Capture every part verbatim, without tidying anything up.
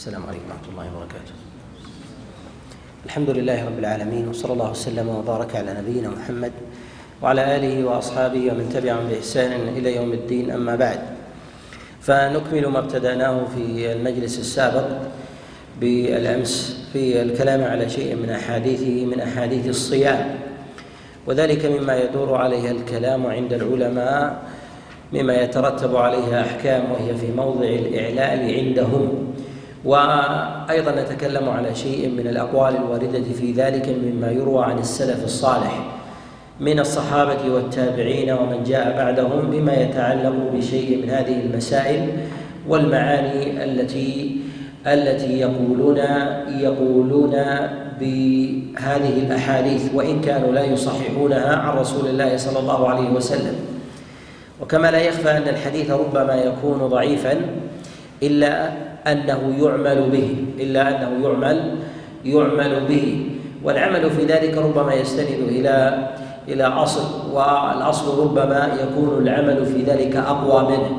السلام عليكم ورحمة الله وبركاته. الحمد لله رب العالمين، وصلى الله وسلم وبارك على نبينا محمد وعلى آله وأصحابه ومن تبعهم بإحسان إلى يوم الدين، أما بعد، فنكمل ما ابتدأناه في المجلس السابق بالأمس في الكلام على شيء من أحاديثه من أحاديث الصيام، وذلك مما يدور عليه الكلام عند العلماء، مما يترتب عليها أحكام وهي في موضع الإعلال عندهم. وأيضا نتكلم على شيء من الأقوال الواردة في ذلك مما يروى عن السلف الصالح من الصحابة والتابعين ومن جاء بعدهم بما يتعلق بشيء من هذه المسائل والمعاني التي التي يقولون يقولون بهذه الأحاديث، وإن كانوا لا يصححونها عن رسول الله صلى الله عليه وسلم. وكما لا يخفى أن الحديث ربما يكون ضعيفا إلا أنه يعمل به إلا أنه يعمل يعمل به والعمل في ذلك ربما يستند إلى إلى أصل، والأصل ربما يكون العمل في ذلك أقوى منه،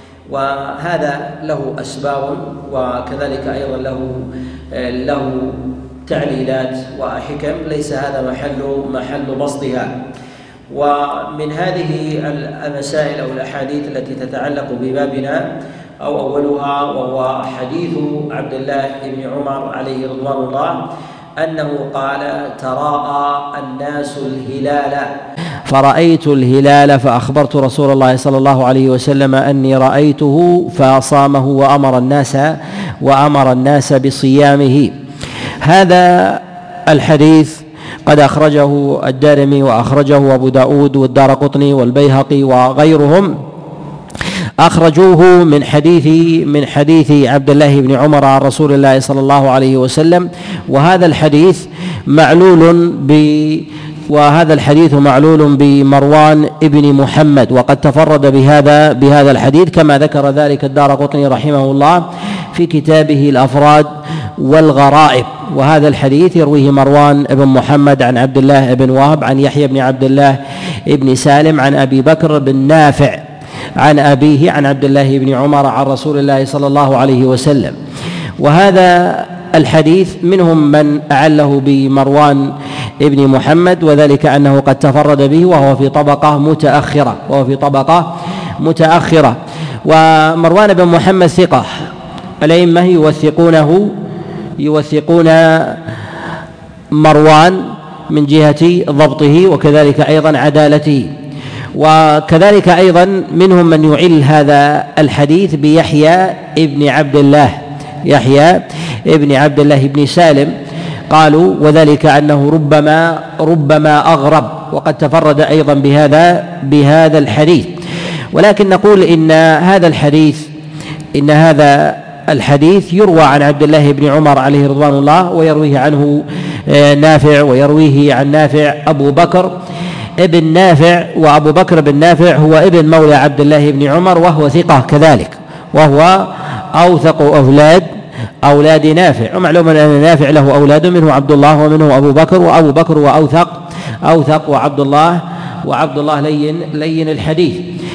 وهذا له أسباب، وكذلك أيضا له له تعليلات وحكم ليس هذا محل محل بسطها. ومن هذه المسائل أو الأحاديث التي تتعلق ببابنا أو أولها وهو حديث عبد الله بن عمر عليه رضوان الله أنه قال: تراءى الناس الهلال فرأيت الهلال فأخبرت رسول الله صلى الله عليه وسلم أني رأيته فصامه وأمر الناس وأمر الناس بصيامه. هذا الحديث قد أخرجه الدارمي وأخرجه أبو داود والدارقطني والبيهقي وغيرهم، أخرجوه من حديث من حديث عبد الله بن عمر عن رسول الله صلى الله عليه وسلم. وهذا الحديث معلول ب وهذا الحديث معلول بمروان ابن محمد، وقد تفرد بهذا بهذا الحديث كما ذكر ذلك الدارقطني رحمه الله في كتابه الأفراد والغرائب. وهذا الحديث يرويه مروان بن محمد عن عبد الله بن وهب عن يحيى بن عبد الله بن سالم عن أبي بكر بن نافع عن أبيه عن عبد الله بن عمر عن رسول الله صلى الله عليه وسلم. وهذا الحديث منهم من أعله بمروان ابن محمد، وذلك أنه قد تفرد به وهو في طبقة متأخرة وهو في طبقة متأخرة ومروان بن محمد ثقة، الأئمة يوثقونه يوثقون مروان من جهة ضبطه وكذلك أيضا عدالته. وكذلك أيضا منهم من يعل هذا الحديث بيحيى ابن عبد الله يحيى ابن عبد الله بن سالم، قالوا وذلك أنه ربما ربما أغرب، وقد تفرد أيضا بهذا بهذا الحديث. ولكن نقول إن هذا الحديث إن هذا الحديث يروى عن عبد الله بن عمر عليه رضوان الله، ويرويه عنه نافع، ويرويه عن نافع أبو بكر ابن نافع، وأبو بكر بن نافع هو ابن مولى عبد الله بن عمر وهو ثقة كذلك، وهو أوثق أولاد أولاد نافع. ومعلوم أن نافع له أولاد منه عبد الله ومنه أبو بكر، وأبو بكر وأوثق أوثق وعبد الله وعبد الله لين لين الحديث.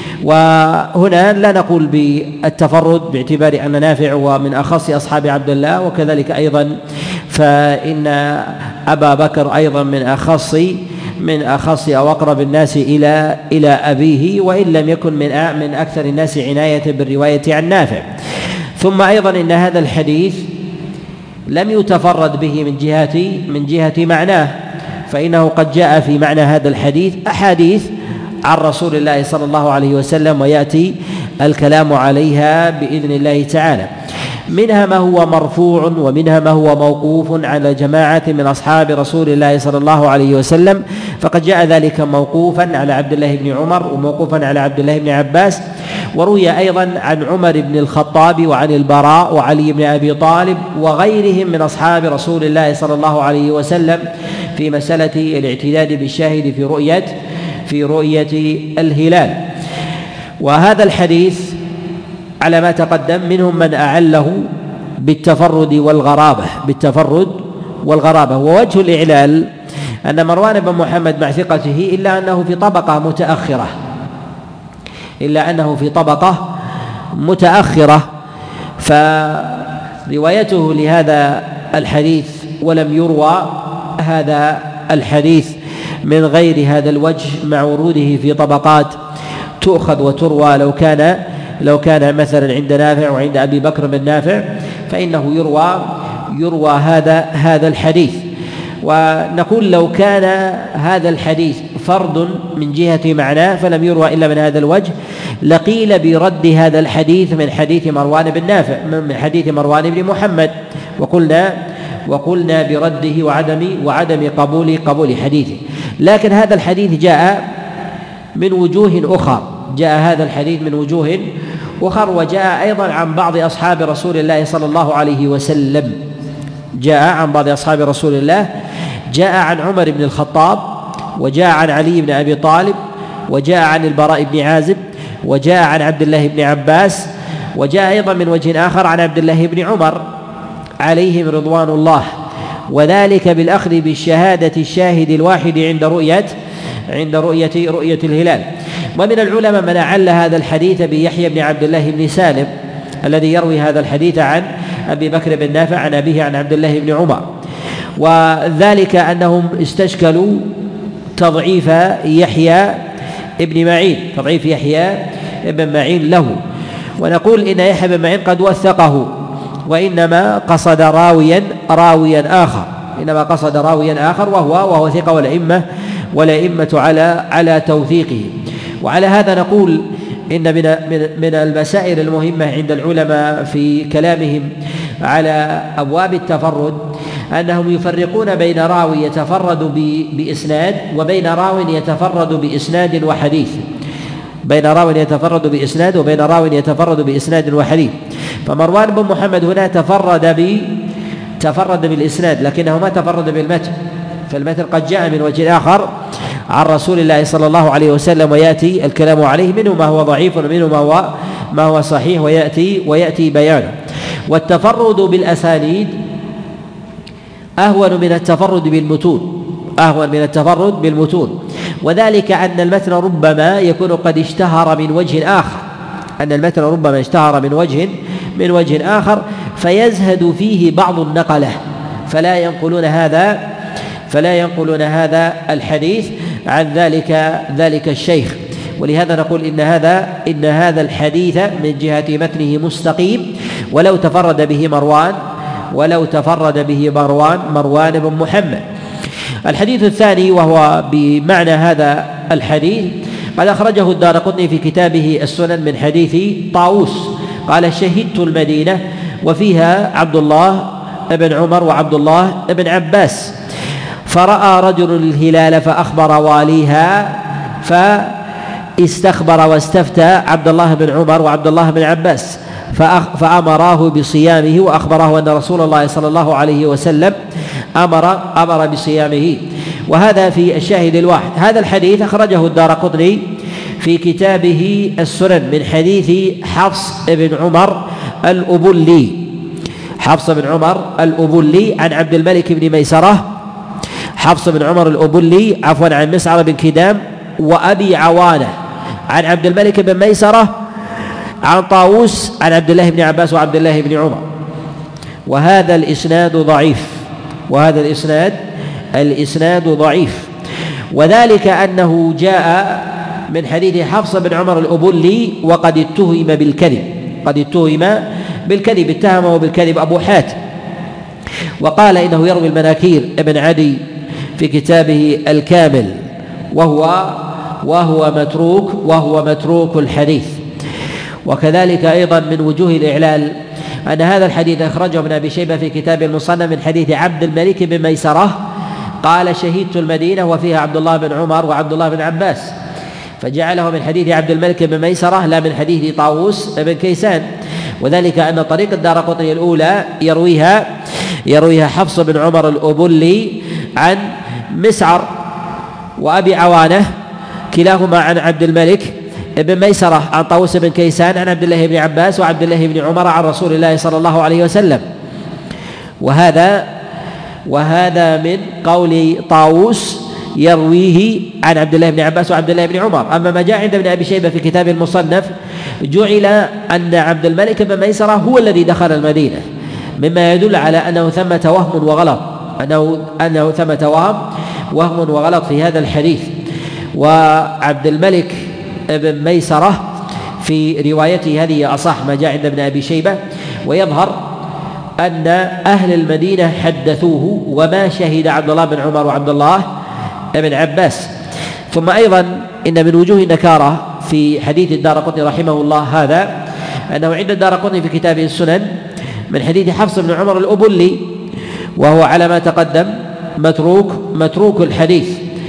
وهنا لا نقول بالتفرد باعتبار أن نافع هو من أخص أصحاب عبد الله، وكذلك أيضا فإن أبا بكر أيضا من أخص من أخص أو أقرب الناس إلى إلى أبيه، وإن لم يكن من من أكثر الناس عناية بالرواية عن نافع. ثم أيضا إن هذا الحديث لم يتفرد به من جهة من جهة معناه، فإنه قد جاء في معنى هذا الحديث أحاديث عن رسول الله صلى الله عليه وسلم، ويأتي الكلام عليها بإذن الله تعالى. منها ما هو مرفوع ومنها ما هو موقوف على جماعة من أصحاب رسول الله صلى الله عليه وسلم، فقد جاء ذلك موقوفا على عبد الله بن عمر وموقوفا على عبد الله بن عباس، وروي أيضا عن عمر بن الخطاب وعن البراء وعلي بن أبي طالب وغيرهم من أصحاب رسول الله صلى الله عليه وسلم في مسألة الاعتداد بالشاهد في رؤية في رؤية الهلال. وهذا الحديث على ما تقدم منهم من أعله بالتفرد والغرابة بالتفرد والغرابة ووجه الإعلال أن مروان بن محمد مع ثقته إلا أنه في طبقة متأخرة إلا أنه في طبقة متأخرة ف روايته لهذا الحديث ولم يروى هذا الحديث من غير هذا الوجه مع وروده في طبقات تؤخذ وتروى. لو كان لو كان مثلا عند نافع وعند أبي بكر بن نافع فإنه يروى يروى هذا هذا الحديث. ونقول لو كان هذا الحديث فرد من جهة معناه فلم يروى إلا من هذا الوجه لقيل برد هذا الحديث من حديث مروان بن نافع من حديث مروان بن محمد، وقلنا وقلنا برده وعدم وعدم قبول قبول حديثه. لكن هذا الحديث جاء من وجوه أخرى جاء هذا الحديث من وجوه أخرى وجاء أيضا عن بعض أصحاب رسول الله صلى الله عليه وسلم جاء عن بعض أصحاب رسول الله جاء عن عمر بن الخطاب، وجاء عن علي بن أبي طالب، وجاء عن البراء بن عازب، وجاء عن عبد الله بن عباس، وجاء أيضا من وجه آخر عن عبد الله بن عمر عليهم رضوان الله، وذلك بالأخذ بالشهادة الشاهد الواحد عند رؤية عند رؤية رؤية الهلال. ومن العلماء من أعل هذا الحديث بيحيى بن عبد الله بن سالم الذي يروي هذا الحديث عن أبي بكر بن نافع عن أبيه عن عبد الله بن عمر، وذلك أنهم استشكلوا تضعيف يحيى ابن معين تضعيف يحيى ابن معين له، ونقول إن يحيى بن معين قد وثقه وإنما قصد راويا راويا آخر إنما قصد راويا آخر وهو وهو ثقة والأئمة والأئمة على على توثيقه. وعلى هذا نقول إن من من المسائل المهمة عند العلماء في كلامهم على أبواب التفرد أنهم يفرقون بين راوي يتفرد بإسناد وبين راو يتفرد بإسناد وحديث بين راو يتفرد بإسناد وبين راو يتفرد بإسناد وحديث. فمروان بن محمد هنا تفرد ب تفرد بالإسناد لكنه ما تفرد بالمتن، فالمتن قد جاء من وجه آخر عن رسول الله صلى الله عليه وسلم ويأتي الكلام عليه، منه ما هو ضعيف ومنه ما هو ما هو صحيح ويأتي ويأتي بيانه. والتفرد بالأسانيد أهون من التفرد بالمتون أهون من التفرد بالمتون وذلك أن المتن ربما يكون قد اشتهر من وجه آخر أن المتن ربما اشتهر من وجه من وجه آخر فيزهد فيه بعض النقلة فلا ينقلون هذا فلا ينقلون هذا الحديث عن ذلك ذلك الشيخ. ولهذا نقول إن هذا إن هذا الحديث من جهة متنه مستقيم ولو تفرد به مروان ولو تفرد به مروان مروان بن محمد. الحديث الثاني وهو بمعنى هذا الحديث قد أخرجه الدارقطني في كتابه السنن من حديث طاووس قال شهدت المدينة وفيها عبد الله بن عمر وعبد الله بن عباس فرأى رجل الهلال فأخبر واليها فاستخبر واستفتى عبد الله بن عمر وعبد الله بن عباس فأمراه بصيامه وأخبره أن رسول الله صلى الله عليه وسلم أمر أمر بصيامه. وهذا في الشاهد الواحد. هذا الحديث أخرجه الدارقطني في كتابه السنن من حديث حفص بن عمر الأبلي حفص بن عمر الأبلي عن عبد الملك بن ميسرة حفص بن عمر الأبلي عفوا عن مسعر بن كدام وأبي عوانة عن عبد الملك بن ميسرة عن طاووس عن عبد الله بن عباس وعبد الله بن عمر. وهذا الإسناد ضعيف وهذا الإسناد الإسناد ضعيف وذلك أنه جاء من حديث حفص بن عمر الأبلي وقد اتهم بالكذب قد اتهم بالكذب اتهمه بالكذب أبو حاتم وقال إنه يروي المناكير ابن عدي في كتابه الكامل وهو وهو متروك وهو متروك الحديث. وكذلك أيضا من وجوه الإعلال أن هذا الحديث أخرجه ابن أبي شيبة في كتاب المصنف من حديث عبد الملك بن ميسرة قال شهدت المدينة وفيها عبد الله بن عمر وعبد الله بن عباس فجعله من حديث عبد الملك بن ميسرة لا من حديث طاووس بن كيسان وذلك أن طريق الدارقطني الأولى يرويها يرويها حفص بن عمر الأبلي عن مسعر وأبي عوانة كلاهما عن عبد الملك ابن ميسرة عن طاووس بن كيسان عن عبد الله بن عباس وعبد الله بن عمر عن رسول الله صلى الله عليه وسلم. وهذا وهذا من قول طاووس يرويه عن عبد الله بن عباس وعبد الله بن عمر. أما ما جاء عند ابن أبي شيبة في كتاب المصنف جعل أن عبد الملك بن ميسرة هو الذي دخل المدينة مما يدل على أنه ثمة وهم وغلط أنه أنه ثمة وهم وهم وغلط في هذا الحديث. وعبد الملك بن ميسرة في روايته هذه أصح ما جاء عند ابن أبي شيبة، ويظهر أن أهل المدينة حدثوه وما شهد عبد الله بن عمر وعبد الله بن عباس. ثم أيضا إن من وجوه النكارة في حديث الدارقطني رحمه الله هذا أنه عند الدارقطني في كتابه السنن من حديث حفص بن عمر الأبلي، وهو على ما تقدم متروك متروك الحديث.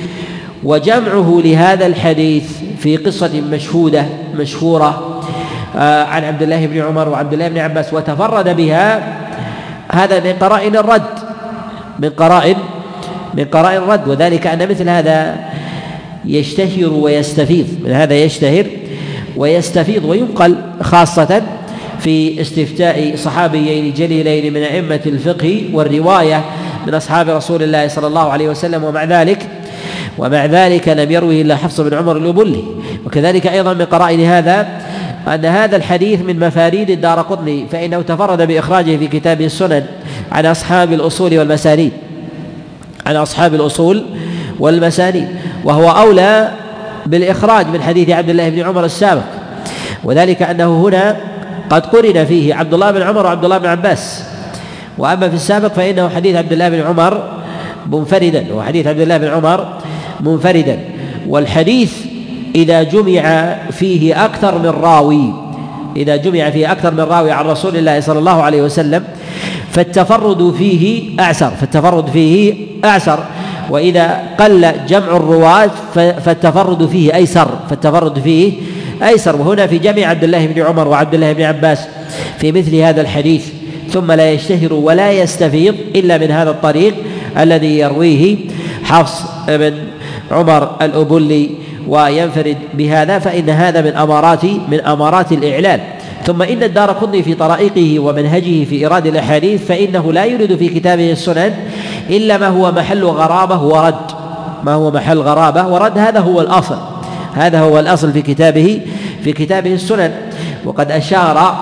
وجمعه لهذا الحديث في قصة مشهودة مشهورة عن عبد الله بن عمر وعبد الله بن عباس وتفرد بها، هذا من قرائن الرد من قرائن من قرائن الرد وذلك أن مثل هذا يشتهر ويستفيض من هذا يشتهر ويستفيض وينقل خاصة في استفتاء صحابيين جليلين من أئمة الفقه والرواية من أصحاب رسول الله صلى الله عليه وسلم، ومع ذلك ومع ذلك لم يروه إلا حفص بن عمر الأبلي. وكذلك أيضا من قرائن هذا أن هذا الحديث من مفاريد الدارقطني، فإنه تفرد بإخراجه في كتابه السنن عن أصحاب الأصول والمسانيد عن أصحاب الأصول والمسانيد وهو أولى بالإخراج من حديث عبد الله بن عمر السابق، وذلك أنه هنا قد قرن فيه عبد الله بن عمر وعبد الله بن عباس، وأما في السابق فإنه حديث عبد الله بن عمر منفردا وحديث عبد الله بن عمر منفردا. والحديث إذا جمع فيه أكثر من راوي إذا جمع فيه أكثر من راوي عن رسول الله صلى الله عليه وسلم فالتفرد فيه أعسر فالتفرد فيه أعسر وإذا قل جمع الرواة فالتفرد فيه أيسر فالتفرد فيه أيسر وهنا في جمع عبد الله بن عمر وعبد الله بن عباس في مثل هذا الحديث، ثم لا يشتهر ولا يستفيض إلا من هذا الطريق الذي يرويه حفص بن عمر الأبلي وينفرد بهذا، فإن هذا من أمارات من أمارات الإعلال. ثم إن الدارقطني في طرائقه ومنهجه في إيراد الأحاديث فإنه لا يريد في كتابه السنن إلا ما هو محل غرابة ورد ما هو محل غرابة ورد هذا هو الأصل هذا هو الأصل في كتابه في كتابه السنن. وقد أشار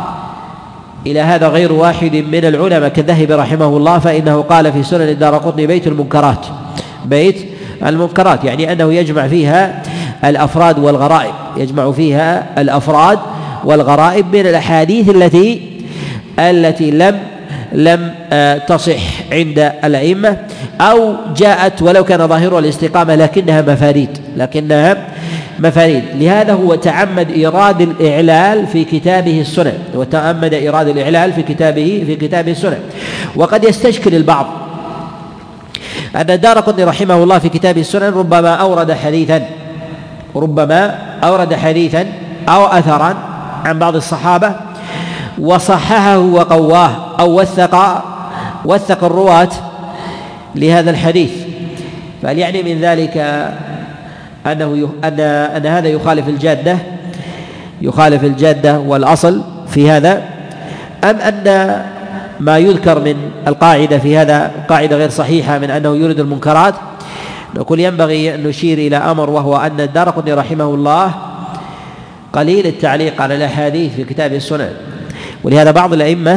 إلى هذا غير واحد من العلماء كالذهبي رحمه الله، فإنه قال في سنن الدارقطني بيت المنكرات بيت المنكرات يعني أنه يجمع فيها الأفراد والغرائب يجمع فيها الأفراد والغرائب من الأحاديث التي التي لم لم تصح عند الأئمة أو جاءت ولو كان ظاهرها الاستقامة لكنها مفاريد لكنها مفاريد لهذا هو تعمد إيراد الإعلال في كتابه السنن وتعمد إيراد الإعلال في كتابه في كتابه السنن. وقد يستشكل البعض أن الدارقطني رحمه الله في كتابه السنن ربما أورد حديثا ربما أورد حديثا أو أثرا عن بعض الصحابة وصححه وقواه أو وثق وثق الرواة لهذا الحديث، فهل يعني من ذلك أنه أن أن هذا يخالف الجادة يخالف الجادة والأصل في هذا، أم أن ما يذكر من القاعدة في هذا قاعدة غير صحيحة من أنه يورد المنكرات؟ نقول ينبغي أن نشير إلى أمر، وهو أن الدارقطني رحمه الله قليل التعليق على الأحاديث في كتاب السنن، ولهذا بعض الأئمة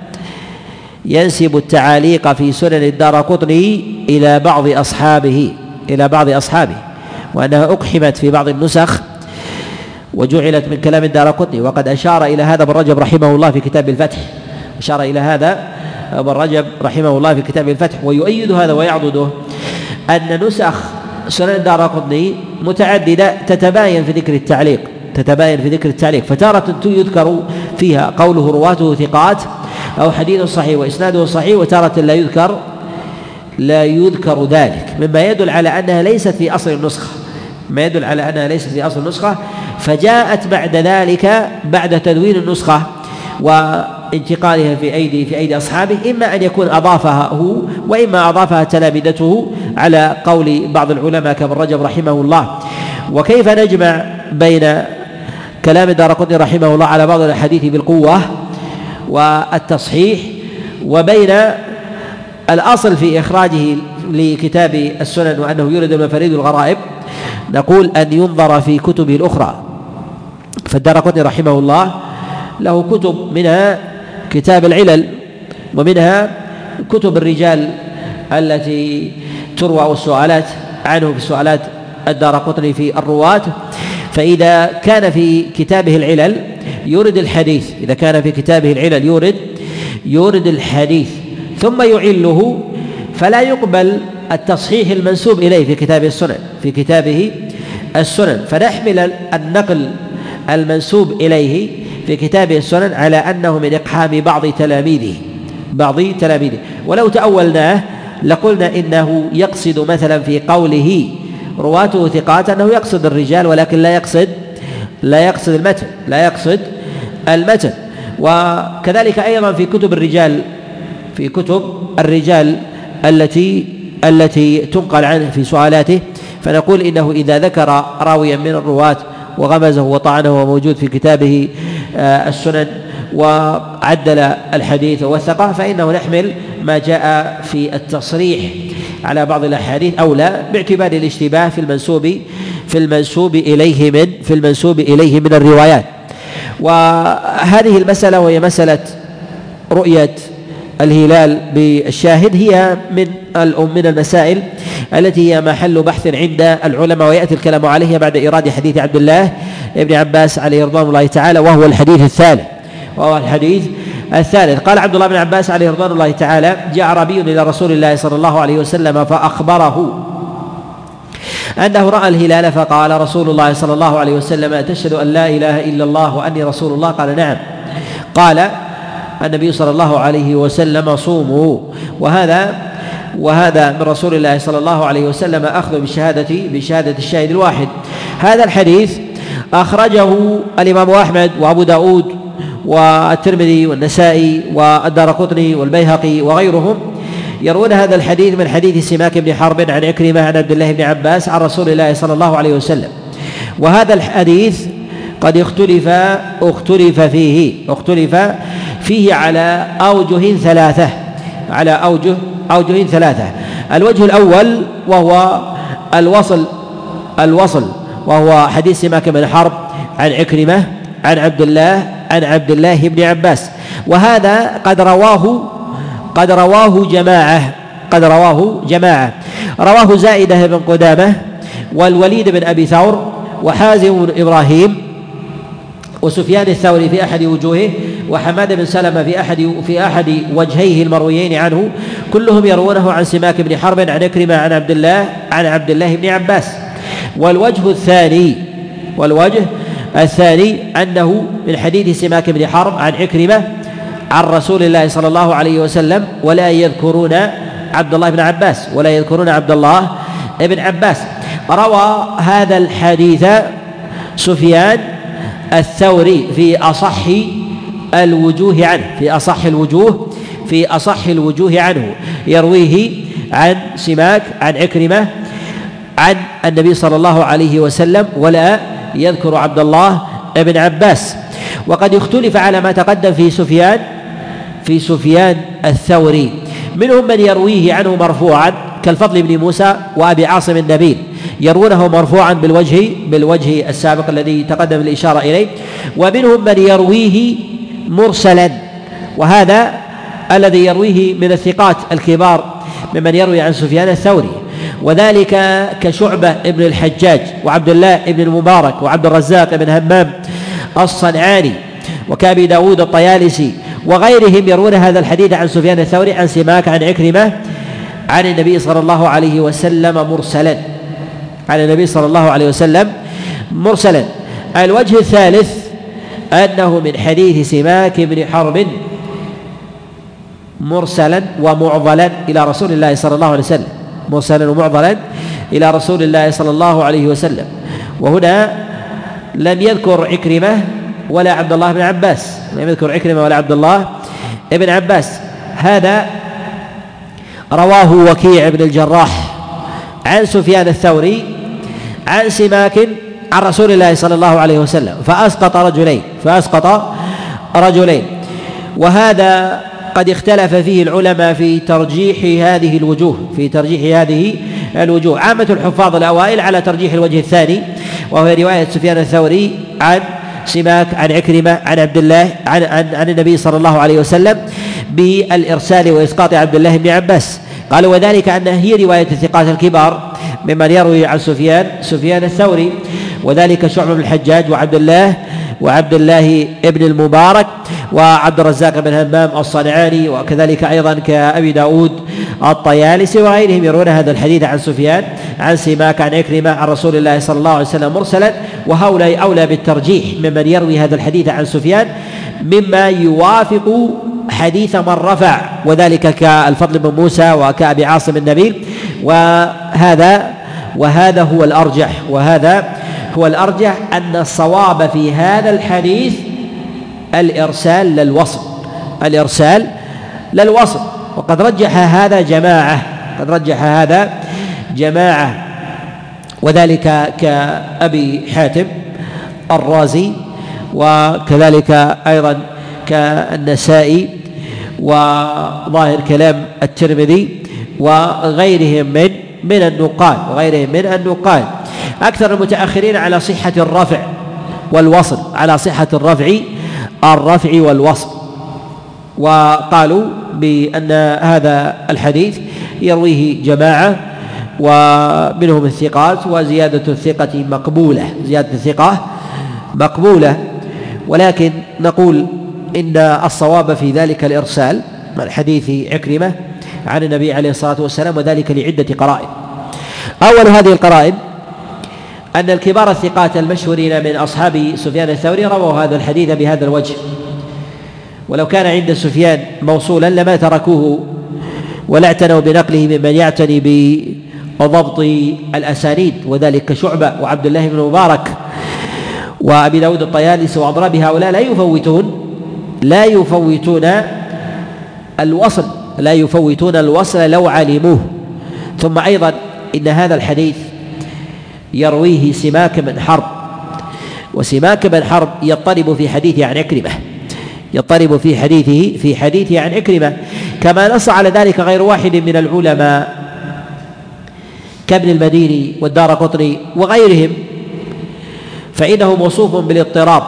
ينسب التعاليق في سنن الدارقطني إلى بعض أصحابه إلى بعض أصحابه وأنها أقحمت في بعض النسخ وجعلت من كلام الدارقطني. وقد أشار إلى هذا ابن رجب رحمه الله في كتاب الفتح أشار إلى هذا ابن رجب رحمه الله في كتاب الفتح ويؤيد هذا ويعضده أن نسخ سنن الدارقطني متعددة تتباين في ذكر التعليق تتباين في ذكر التعليق فتارة يذكر فيها قوله رواته ثقات أو حديث صحيح وإسناده صحيح، وتارة لا يذكر لا يذكر ذلك، مما يدل على أنها ليست في أصل النسخة ما يدل على أنها ليست في أصل النسخة فجاءت بعد ذلك بعد تدوين النسخة وانتقالها في أيدي في أيدي أصحابه، إما أن يكون أضافها هو وإما أضافها تلامذته على قول بعض العلماء كابن رجب رحمه الله. وكيف نجمع بين كلام الدارقطني رحمه الله على بعض الأحاديث بالقوة والتصحيح وبين الأصل في إخراجه لكتاب السنن وأنه يورد المفاريد الغرائب؟ نقول أن ينظر في كتبه الأخرى، فالدارقطني رحمه الله له كتب منها كتاب العلل ومنها كتب الرجال التي تروى أو السؤالات عنه في سؤالات الدارقطني في الرواة. فإذا كان في كتابه العلل يورد الحديث، إذا كان في كتابه العلل يورد يورد الحديث ثم يعله، فلا يقبل التصحيح المنسوب إليه في كتابه السنن في كتابه السنن فنحمل النقل المنسوب إليه في كتابه السنن على أنه من إقحام بعض تلاميذه بعض تلاميذه ولو تأولناه لقلنا إنه يقصد مثلا في قوله رواته ثقات أنه يقصد الرجال، ولكن لا يقصد لا يقصد المتن لا يقصد المتن. وكذلك أيضا في كتب الرجال في كتب الرجال التي التي تنقل عنه في سؤالاته، فنقول إنه إذا ذكر راويا من الرواة وغمزه وطعنه وموجود في كتابه السنن وعدل الحديث ووثقه، فإنه نحمل ما جاء في التصريح على بعض الأحاديث أولى باعتبار الاشتباه في المنسوب في المنسوب إليه من في المنسوب إليه من الروايات. وهذه المسألة وهي مسألة رؤية الهلال بالشاهد هي من من المسائل التي هي محل بحث عند العلماء، ويأتي الكلام عليها بعد إيراد حديث عبد الله بن عباس عليه رضوان الله تعالى، وهو الحديث الثالث وهو الحديث الثالث. قال عبد الله بن عباس عليه رضوان الله تعالى: جاء أعرابي إلى رسول الله صلى الله عليه وسلم فأخبره أنه رأى الهلال، فقال رسول الله صلى الله عليه وسلم: أتشهد أن لا إله إلا الله وأني رسول الله؟ قال: نعم. قال النبي صلى الله عليه وسلم: صوموا. وهذا وهذا من رسول الله صلى الله عليه وسلم أخذ بشهادة بشهادة الشاهد الواحد. هذا الحديث أخرجه الإمام أحمد وأبو داود والترمذي والنسائي والدارقطني والبيهقي وغيرهم، يروون هذا الحديث من حديث سماك بن حرب عن عكرمة عن عبد الله بن عباس عن رسول الله صلى الله عليه وسلم. وهذا الحديث قد اختلف اختلف فيه اختلف فيه على أوجه ثلاثة على أوجه أوجه ثلاثة. الوجه الأول وهو الوصل الوصل وهو حديث سماك بن حرب عن عكرمة عن عبد الله عن عبد الله بن عباس، وهذا قد رواه قد رواه جماعة قد رواه جماعة رواه زائدة بن قدامة والوليد بن أبي ثور وحازم بن إبراهيم وسفيان الثوري في أحد وجوهه وحماد بن سلمة في أحد في أحد وجهيه المرويين عنه، كلهم يروونه عن سماك بن حرب عن عكرمة عن عبد الله عن عبد الله بن عباس. والوجه الثاني والوجه الثاني أنه من حديث سماك بن حرب عن عكرمة عن رسول الله صلى الله عليه وسلم، ولا يذكرون عبد الله بن عباس ولا يذكرون عبد الله بن عباس. روى هذا الحديث سفيان الثوري في أصح الوجوه عنه في أصح الوجوه في أصح الوجوه عنه يرويه عن سماك عن عكرمة عن النبي صلى الله عليه وسلم، ولا يذكر عبد الله بن عباس. وقد اختلف على ما تقدم في سفيان في سفيان الثوري، منهم من يرويه عنه مرفوعا كالفضل بن موسى وأبي عاصم النبيل، يروونه مرفوعا بالوجه بالوجه السابق الذي تقدم الإشارة إليه، ومنهم من يرويه مرسلا، وهذا الذي يرويه من الثقات الكبار ممن يروي عن سفيان الثوري، وذلك كشعبة ابن الحجاج وعبد الله ابن المبارك وعبد الرزاق بن همام الصنعاني وكأبي داود الطيالسي وغيرهم، يروون هذا الحديث عن سفيان الثوري عن سماك عن عكرمة عن النبي صلى الله عليه وسلم مرسلا عن النبي صلى الله عليه وسلم مرسلا. الوجه الثالث أنه من حديث سماك بن حرب مرسلا ومعضلا إلى رسول الله صلى الله عليه وسلم مرسلا ومعضلا إلى رسول الله صلى الله عليه وسلم. وهنا لم يذكر عكرمة ولا عبد الله بن عباس لم يذكر عكرمة ولا عبد الله بن عباس. هذا رواه وكيع بن الجراح عن سفيان الثوري عن سماك عن رسول الله صلى الله عليه وسلم، فأسقط رجلين فأسقط رجلين وهذا قد اختلف فيه العلماء في ترجيح هذه الوجوه في ترجيح هذه الوجوه. عامة الحفاظ الأوائل على ترجيح الوجه الثاني، وهو رواية سفيان الثوري عن سماك عن عكرمة عن عبد الله عن, عن, عن النبي صلى الله عليه وسلم، بالإرسال وإسقاط عبد الله بن عباس. قالوا وذلك أن هي رواية الثقات الكبار ممن يروي عن سفيان سفيان الثوري، وذلك شعبة بن الحجاج وعبد الله وعبد الله ابن المبارك وعبد الرزاق بن همام الصنعاني، وكذلك أيضا كأبي داود الطيالسي وغيرهم يرون هذا الحديث عن سفيان عن سماك عن عكرمة عن رسول الله صلى الله عليه وسلم مرسلا، وهؤلاء أولى بالترجيح ممن يروي هذا الحديث عن سفيان مما يوافق حديث من رفع، وذلك كالفضل بن موسى وكأبي عاصم النبيل. وهذا وهذا هو الأرجح وهذا هو الأرجح أن الصواب في هذا الحديث الإرسال للوصل الإرسال للوصل وقد رجح هذا جماعة قد رجح هذا جماعة وذلك كأبي حاتم الرازي، وكذلك أيضا كالنسائي وظاهر كلام الترمذي وغيرهم من من النقاد وغيرهم من النقاد. أكثر المتأخرين على صحة الرفع والوصل على صحة الرفع الرفع والوصل، وقالوا بأن هذا الحديث يرويه جماعة ومنهم الثقات، وزيادة الثقة مقبولة زيادة الثقة مقبولة ولكن نقول إن الصواب في ذلك الإرسال من حديث عكرمة عن النبي عليه الصلاة والسلام، وذلك لعدة قرائن. أول هذه القرائن أن الكبار الثقات المشهورين من أصحاب سفيان الثوري رووا هذا الحديث بهذا الوجه، ولو كان عند سفيان موصولا لما تركوه ولا اعتنوا بنقله ممن يعتني بضبط الأسانيد، وذلك شعبة وعبد الله بن مبارك وأبي داود الطيالسي وأضراب هؤلاء لا يفوتون لا يفوتون الوصل لا يفوتون الوصل لو علموه. ثم أيضا إن هذا الحديث يرويه سماك بن حرب، وسماك بن حرب يضطرب في حديثه عن عكرمة يضطرب في حديثه في حديثه عن عكرمة كما نص على ذلك غير واحد من العلماء كابن المديني والدارقطني وغيرهم، فإنه موصوف بالاضطراب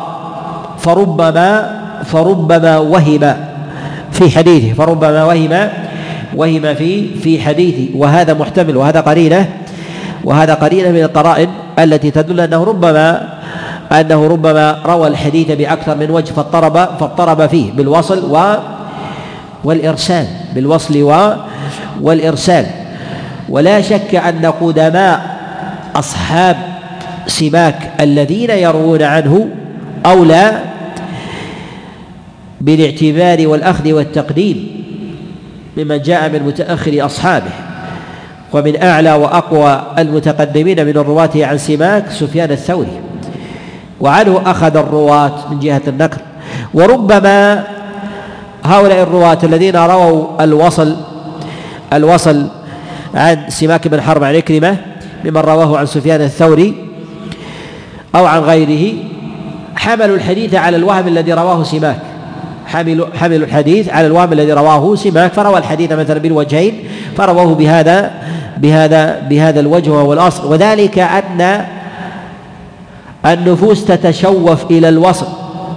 فربما فربما وهم في حديثه فربما وهم وهم في في حديثه وهذا محتمل، وهذا قرينة وهذا قرينة من القرائن التي تدل أنه ربما أنه ربما روى الحديث بأكثر من وجه فاضطرب فاضطرب فيه بالوصل و والإرسال بالوصل و والإرسال. ولا شك أن قدماء أصحاب سماك الذين يروون عنه أولى بالاعتبار والأخذ والتقديم ممن جاء من متأخر أصحابه، ومن أعلى وأقوى المتقدمين من الرواة عن سماك سفيان الثوري، وعنه أخذ الرواة من جهة النقل. وربما هؤلاء الرواة الذين رووا الوصل الوصل عن سماك بن حرب عن عكرمة ممن رواه عن سفيان الثوري أو عن غيره حملوا الحديث على الوهم الذي رواه سماك حملوا حملوا الحديث على الوهم الذي رواه سماك فروى الحديث مثلا بالوجهين فرواه بهذا بهذا بهذا الوجه وهو الأصل، وذلك أن النفوس تتشوف إلى الوصل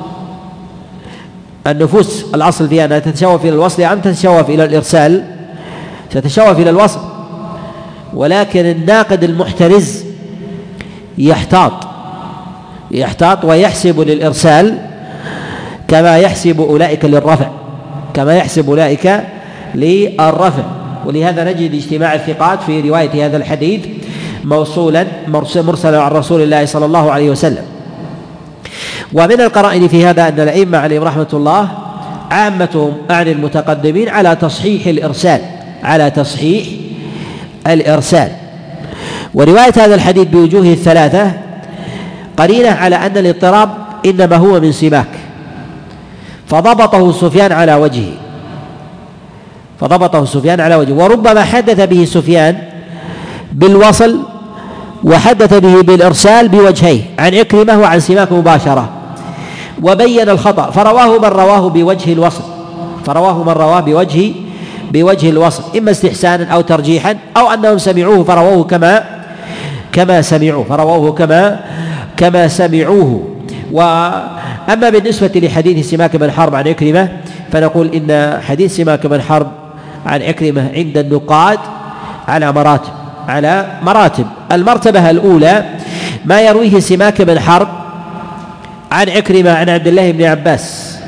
النفوس الأصل فيها أنها تتشوف إلى الوصل أم تتشوف إلى الإرسال؟ تتشوف إلى الوصل، ولكن الناقد المحترز يحتاط يحتاط ويحسب للإرسال كما يحسب أولئك للرفع كما يحسب أولئك للرفع. ولهذا نجد اجتماع الثقات في رواية هذا الحديث موصولا مرسلا عن رسول الله صلى الله عليه وسلم. ومن القرائن في هذا أن الأئمة عليهم رحمة الله عامتهم عن المتقدمين على تصحيح الإرسال على تصحيح الإرسال. ورواية هذا الحديث بوجوهه الثلاثة قرينة على أن الاضطراب إنما هو من سماك فضبطه سفيان على وجهه فضبطه سفيان على وجهه وربما حدث به سفيان بالوصل وحدث به بالإرسال بوجهيه عن عكرمة وعن سماك مباشرة وبين الخطأ فرواه من رواه بوجه الوصل فرواه من رواه بوجه بوجه الوصل إما استحسانا أو ترجيحا أو أنهم سمعوه فرووه كما كما سمعوه فرووه كما كما سمعوه. وأما بالنسبة لحديث سماك بن حرب عن عكرمة فنقول إن حديث سماك بن حرب عن عكرمة عند النقاد على مراتب على مراتب المرتبة الأولى ما يرويه سماك بن حرب عن عكرمة عن عبد الله بن عباس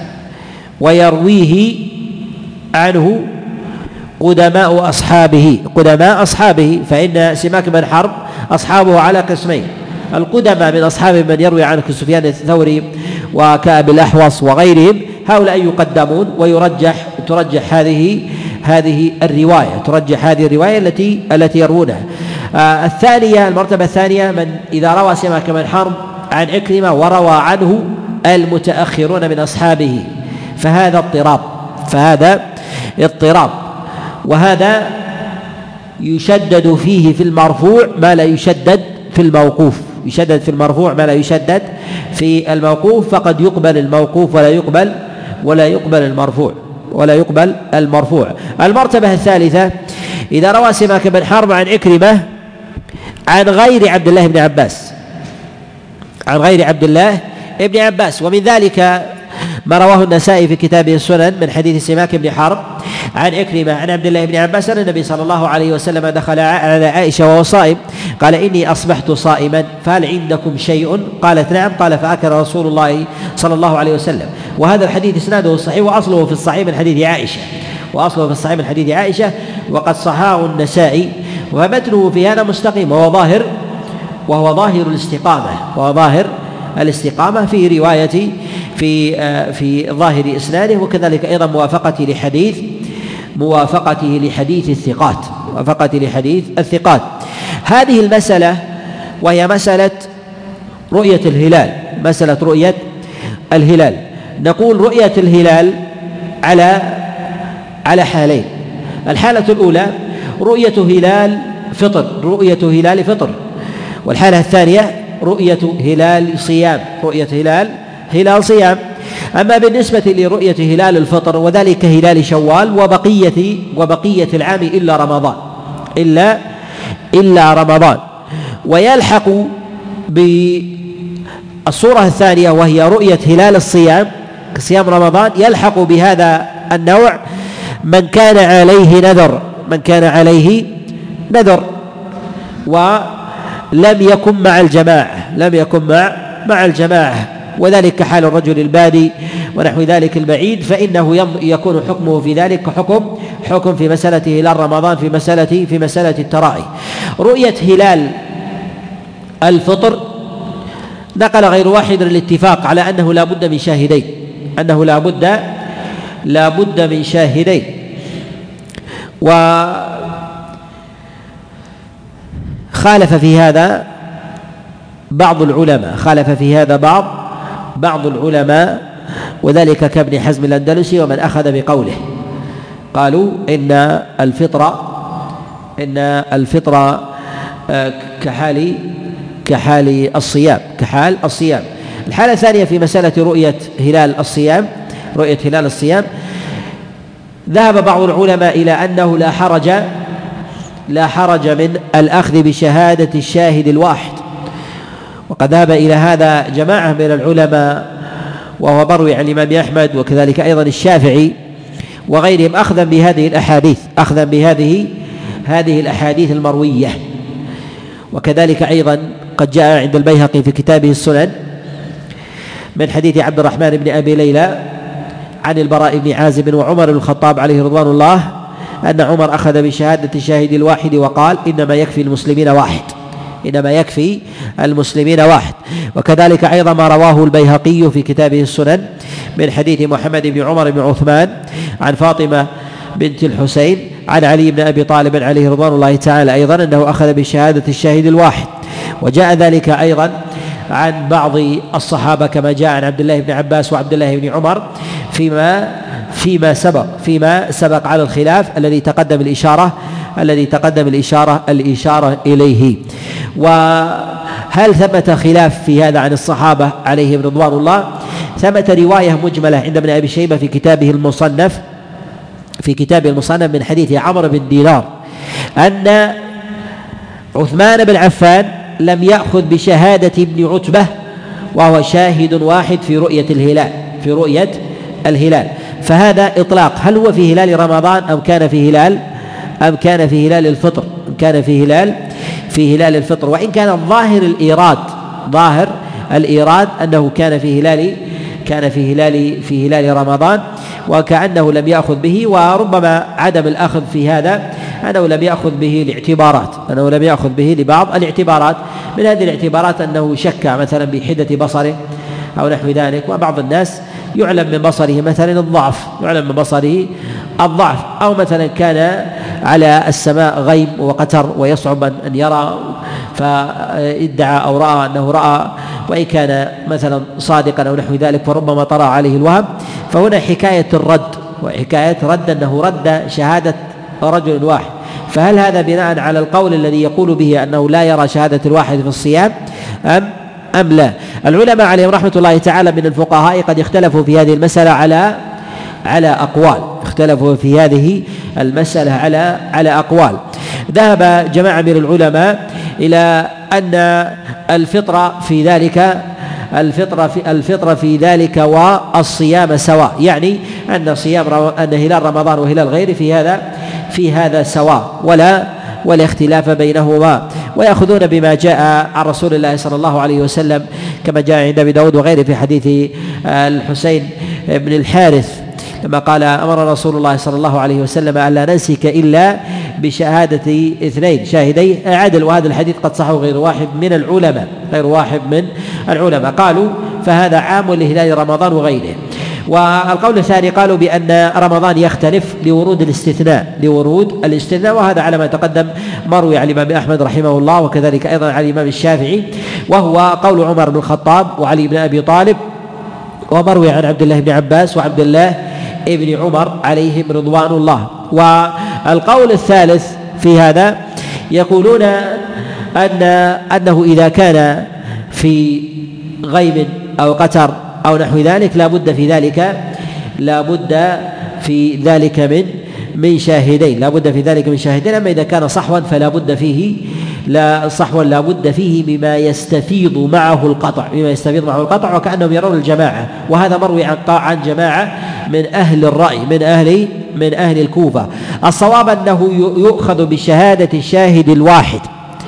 ويرويه عنه قدماء أصحابه قدماء أصحابه فإن سماك بن حرب أصحابه على قسمين: القدماء من أصحابه من يروي عنه كسفيان الثوري وكأب الأحوص وغيرهم، هؤلاء يقدمون ويرجح ترجح هذه هذه الرواية ترجح هذه الرواية التي التي يروونها. آه الثانية المرتبة الثانية من إذا روى سماك بن حرب عن عكرمة وروى عنه المتأخرون من أصحابه فهذا اضطراب فهذا اضطراب وهذا يشدد فيه في المرفوع ما لا يشدد في الموقوف يشدد في المرفوع ما لا يشدد في الموقوف فقد يقبل الموقوف ولا يقبل ولا يقبل المرفوع ولا يقبل المرفوع. المرتبة الثالثة إذا روى سماك بن حرب عن عكرمة عن غير عبد الله بن عباس عن غير عبد الله بن عباس ومن ذلك ما رواه النسائي في كتابه السنن من حديث سماك بن حرب عن عكرمة عن عبد الله بن عباس أن النبي صلى الله عليه وسلم دخل على عائشة وهو صائم قال: إني أصبحت صائما فهل عندكم شيء؟ قالت: نعم. قال: فأكل رسول الله صلى الله عليه وسلم. وهذا الحديث إسناده صحيح وأصله في الصحيح من حديث عائشة وأصله في الصحيح من حديث عائشة وقد صححه النسائي ومتنه في هذا مستقيم وهو ظاهر وهو ظاهر الاستقامة وهو ظاهر الاستقامة في رواية في في ظاهر إسناده وكذلك أيضا موافقته لحديث موافقته لحديث الثقات موافقته لحديث الثقات. هذه المسألة وهي مسألة رؤية الهلال مسألة رؤية الهلال نقول رؤية الهلال على على حالين: الحالة الأولى رؤية هلال فطر رؤية هلال فطر والحالة الثانية رؤية هلال صيام رؤية هلال هلال صيام. أما بالنسبة لرؤية هلال الفطر وذلك هلال شوال وبقية وبقية العام إلا رمضان إلا إلا رمضان ويلحق بالصورة الثانية وهي رؤية هلال الصيام صيام رمضان يلحق بهذا النوع من كان عليه نذر من كان عليه نذر ولم يكن مع الجماعة لم يكن مع مع الجماعة وذلك حال الرجل البادي ونحو ذلك البعيد فإنه يكون حكمه في ذلك حكم حكم في مسألة هلال رمضان في مسألة في مسألة التراعي. رؤية هلال الفطر نقل غير واحد الاتفاق على أنه لا بد من شاهدين أنه لا بد لا بد من شاهدين وخالف في هذا بعض العلماء خالف في هذا بعض بعض العلماء وذلك كابن حزم الأندلسي ومن أخذ بقوله قالوا إن الفطرة إن الفطرة كحال كحال الصيام كحال الصيام. الحالة الثانية في مسألة رؤية هلال الصيام رؤية هلال الصيام ذهب بعض العلماء إلى أنه لا حرج لا حرج من الأخذ بشهادة الشاهد الواحد وقد ذهب إلى هذا جماعة من العلماء وهو مروي عن الإمام أحمد وكذلك أيضا الشافعي وغيرهم أخذا بهذه الأحاديث أخذا بهذه هذه الأحاديث المروية. وكذلك أيضا قد جاء عند البيهقي في كتابه السنن من حديث عبد الرحمن بن أبي ليلى عن البراء بن عازب وعمر بن الخطاب عليه رضوان الله أن عمر أخذ بشهادة الشاهد الواحد وقال: إنما يكفي المسلمين واحد إنما يكفي المسلمين واحد. وكذلك أيضا ما رواه البيهقي في كتابه السنن من حديث محمد بن عمر بن عثمان عن فاطمة بنت الحسين عن علي بن أبي طالب عليه رضوان الله تعالى أيضا أنه أخذ بشهادة الشاهد الواحد. وجاء ذلك أيضا عن بعض الصحابة كما جاء عن عبد الله بن عباس وعبد الله بن عمر فيما فيما سبق فيما سبق على الخلاف الذي تقدم الإشارة الذي تقدم الإشارة الإشارة إليه. وهل ثبت خلاف في هذا عن الصحابة عليهم رضوان الله؟ ثبت رواية مجملة عند ابن أبي شيبة في كتابه المصنف في كتابه المصنف من حديث عمرو بن دينار أن عثمان بن عفان لم يأخذ بشهادة ابن عتبة وهو شاهد واحد في رؤية الهلال في رؤية الهلال فهذا إطلاق، هل هو في هلال رمضان أم كان في هلال أم كان في هلال الفطر أم كان في هلال في هلال الفطر. وإن كان الظاهر الإيراد ظاهر الإيراد أنه كان في هلال كان في هلال في هلال رمضان، وكأنه لم يأخذ به، وربما عدم الأخذ في هذا أنه لم يأخذ به لاعتبارات أنه لم يأخذ به لبعض الاعتبارات. من هذه الاعتبارات أنه شك مثلا بحدة بصره أو نحو ذلك، وبعض الناس يعلم من بصره مثلا الضعف يعلم من بصره الضعف أو مثلا كان على السماء غيم وقتر ويصعب أن يرى فادعى أو رأى أنه رأى، وإن كان مثلا صادقا أو نحو ذلك فربما طرأ عليه الوهم. فهنا حكاية الرد وحكاية رد أنه رد شهادة رجل واحد، فهل هذا بناء على القول الذي يقول به أنه لا يرى شهادة الواحد في الصيام أم أم لا؟ العلماء عليهم رحمة الله تعالى من الفقهاء قد اختلفوا في هذه المسألة على على أقوال اختلفوا في هذه المسألة على على أقوال. ذهب جماعة من العلماء إلى أن الفطر في ذلك الفطر في الفطر في ذلك والصيام سواء، يعني أن صيام أن هلال رمضان وهلال غيره في هذا في هذا سواء ولا ولا اختلاف بينهما، ويأخذون بما جاء عن رسول الله صلى الله عليه وسلم كما جاء عند أبي داود وغيره في حديث الحسين بن الحارث لما قال أمر رسول الله صلى الله عليه وسلم ألا ننسك إلا بشهادة اثنين شاهدي عدل. وهذا الحديث قد صحه غير واحد من العلماء غير واحد من العلماء قالوا فهذا عام لهلال رمضان وغيره. والقول الثاني قالوا بأن رمضان يختلف لورود الاستثناء لورود الاستثناء وهذا على ما تقدم مروي عن الإمام أحمد رحمه الله وكذلك أيضا عن الإمام الشافعي، وهو قول عمر بن الخطاب وعلي بن أبي طالب، ومروي عن عبد الله بن عباس وعبد الله ابن عمر عليهم رضوان الله. والقول الثالث في هذا يقولون أن أنه إذا كان في غيم أو قتر أو نحو ذلك لا بد في ذلك لا بد في ذلك من من شاهدين لا بد في ذلك من شاهدين. أما إذا كان صحوا فلا بد فيه لا صحوا لا بد فيه بما يستفيض معه القطع بما يستفيض معه القطع وكأنهم يرون الجماعة. وهذا مروي عن عن جماعة من أهل الرأي من أهل من أهل الكوفة. الصواب أنه يؤخذ بشهادة الشاهد الواحد